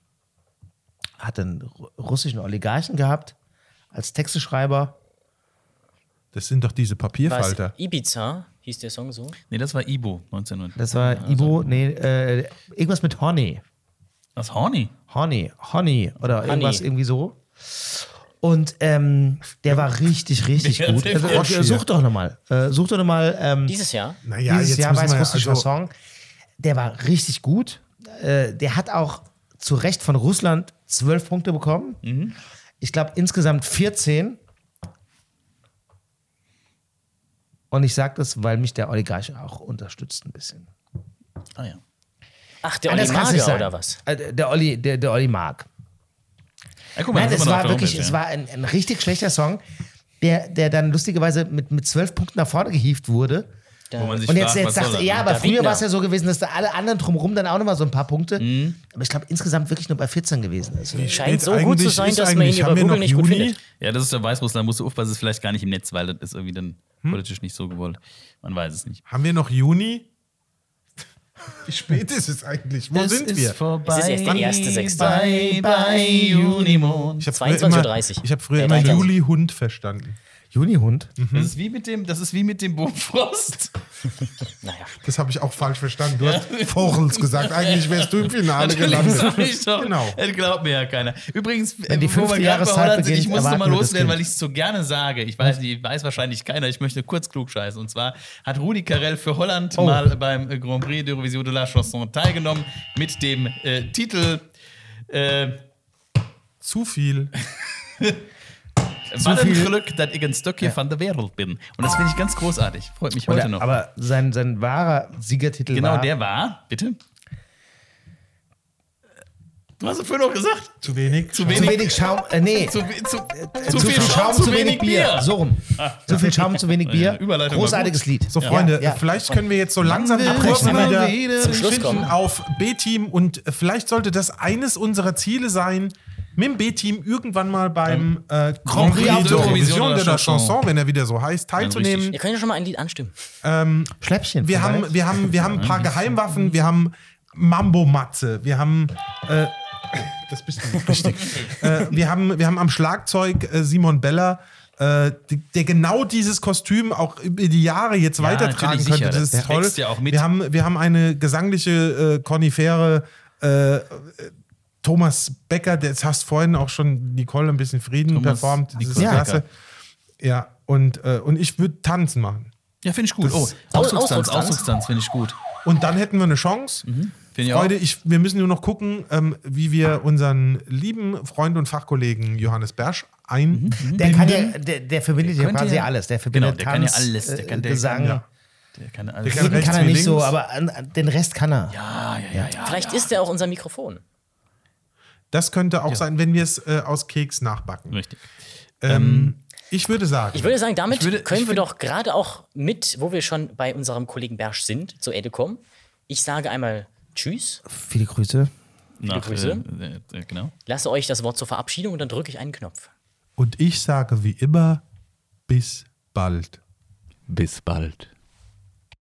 Hat einen ru- russischen Oligarchen gehabt als Texteschreiber. Das sind doch diese Was? Papierfalter. Ibiza hieß der Song so? Nee, das war Ibo neunzehnhundert. Das war Ibo, nee, äh, irgendwas mit Honey. Was, Horny? Honey, Honey oder Honey. irgendwas irgendwie so. Und ähm, der war richtig, richtig Wer gut. hat den Also, Frosch äh, hier? such doch nochmal. Äh, such doch nochmal. Ähm, Dieses Jahr? Naja, dieses jetzt Jahr müssen wir ja- weißrussischer also, Song. Der war richtig gut. Äh, der hat auch zu Recht von Russland zwölf Punkte bekommen. Mhm. Ich glaube insgesamt vierzehn. Und ich sage das, weil mich der Oligarch auch unterstützt ein bisschen. Ah ja. Ach, der Anders Olli kann's nicht Mager sein. oder was? Äh, der Olli, der, der Olli mag. Ja, guck mal, Nein, das es haben wir noch war auf der wirklich, Homepage, es ja. war ein, ein richtig schlechter Song, der, der dann lustigerweise mit, mit zwölf Punkten nach vorne gehievt wurde. Wo man sich Und jetzt, fragt, jetzt was soll dachte das? ja, aber Da früher Wiedner. war es ja so gewesen, dass da alle anderen drumherum dann auch nochmal so ein paar Punkte. Mhm. Aber ich glaube, insgesamt wirklich nur bei vierzehn gewesen ist. Scheint so eigentlich- gut zu sein, ist dass man ihn eigentlich- über haben wir Google noch nicht gut Juni? findet. Ja, das ist der Weißrussland, musst du aufpassen, ist vielleicht gar nicht im Netz, weil das ist irgendwie dann Hm? politisch nicht so gewollt. Man weiß es nicht. Haben wir noch Juni? Wie spät ist es eigentlich? Wo sind wir? vorbei. Es ist erst der erste Sechste. Bei, bei Junimond. Ich habe früher zweiundzwanzig Uhr immer, dreißig. ich hab früher Äh, immer dreißig. Juli Hund verstanden. Junihund? Das ist wie mit dem, das ist wie mit dem Bofrost. Naja. Das habe ich auch falsch verstanden. Du hast Vogels gesagt. Eigentlich wärst du im Finale Natürlich gelandet. sag ich doch. Genau. Das glaubt mir ja keiner. Übrigens, Wenn die wo wir fünfte gerade bei Jahreszeit Holland sind, ich beginnt, musste mal erwarten wir das loswerden, Kind. weil ich es so gerne sage. Ich weiß, ich weiß wahrscheinlich keiner. Ich möchte kurz klugscheißen. Und zwar hat Rudi Carrell für Holland Oh. mal beim äh, Grand Prix d'Eurovision de la Chanson teilgenommen mit dem äh, Titel äh, Zu viel. Wat een viel. Glück, dat ich ein Stückchen von der Welt bin. Und das finde ich ganz großartig. Freut mich Und heute der, noch. aber sein, sein wahrer Siegertitel genau, war... der war, bitte? Du hast es vorhin noch gesagt. Zu wenig. Zu Zu wenig, wenig Schaum, äh, nee. zu, zu, Zu, viel Schaum, zu wenig Bier. So rum. Zu viel Schaum, zu wenig Bier. Ja, Überleitung war Großartiges Lied. So, Freunde, Ja, ja. vielleicht können wir jetzt so langsam die wir Kurve mal wieder, wieder zum Schluss finden kommen. auf B-Team. Und vielleicht sollte das eines unserer Ziele sein, mit dem B-Team irgendwann mal beim äh, Grand Prix Prix d'Eurovision de la Chanson. Chanson, wenn er wieder so heißt, teilzunehmen. Ihr könnt ja schon mal ein Lied anstimmen. Ähm, Schnäppchen. wir, haben, wir, haben, wir haben ein paar Geheimwaffen, wir haben Mambo-Matze, wir haben. Äh, das bist du nicht richtig. äh, wir, haben, wir haben am Schlagzeug äh, Simon Beller, äh, die, der genau dieses Kostüm auch über die Jahre jetzt Ja, weitertragen natürlich könnte. sicher. Das Das ist toll. wächst ja auch mit. Wir, haben, wir haben eine gesangliche äh, Konifere. Äh, Thomas Becker, das hast vorhin auch schon Nicole ein bisschen Frieden Thomas performt. Das ist Nicole klasse. Becker. Ja, und, äh, und ich würde tanzen machen. Ja, finde ich gut. Das- Oh, Ausdruckstanz, Ausdruckstanz. Ausdruckstanz finde ich gut. Und dann hätten wir eine Chance. Finde ich auch. Freunde, ich, wir müssen nur noch gucken, ähm, wie wir unseren lieben Freund und Fachkollegen Johannes Bersch einbinden. Der kann ja, der, der verbindet ja könnte quasi ja- alles. Der verbindet Genau, der kann ja Tanz, alles. Der äh, kann- der Gesang. kann- Ja. Der kann alles. Der kann Reden rechts kann er wie nicht so, links. aber an, an, den Rest kann er. ja, ja, ja, ja. Vielleicht ist er auch unser Mikrofon. Das könnte auch sein, wenn wir es äh, aus Keks nachbacken. Richtig. Ähm, ich würde sagen, Ich würde sagen, damit Ich würde- können ich wir find- doch gerade auch mit, wo wir schon bei unserem Kollegen Bersch sind, zu Ende kommen. Ich sage einmal Tschüss, Viele Grüße. Nach, Grüße. Äh, äh, genau. lasse euch das Wort zur Verabschiedung und dann drücke ich einen Knopf. und ich sage wie immer, bis bald. Bis bald.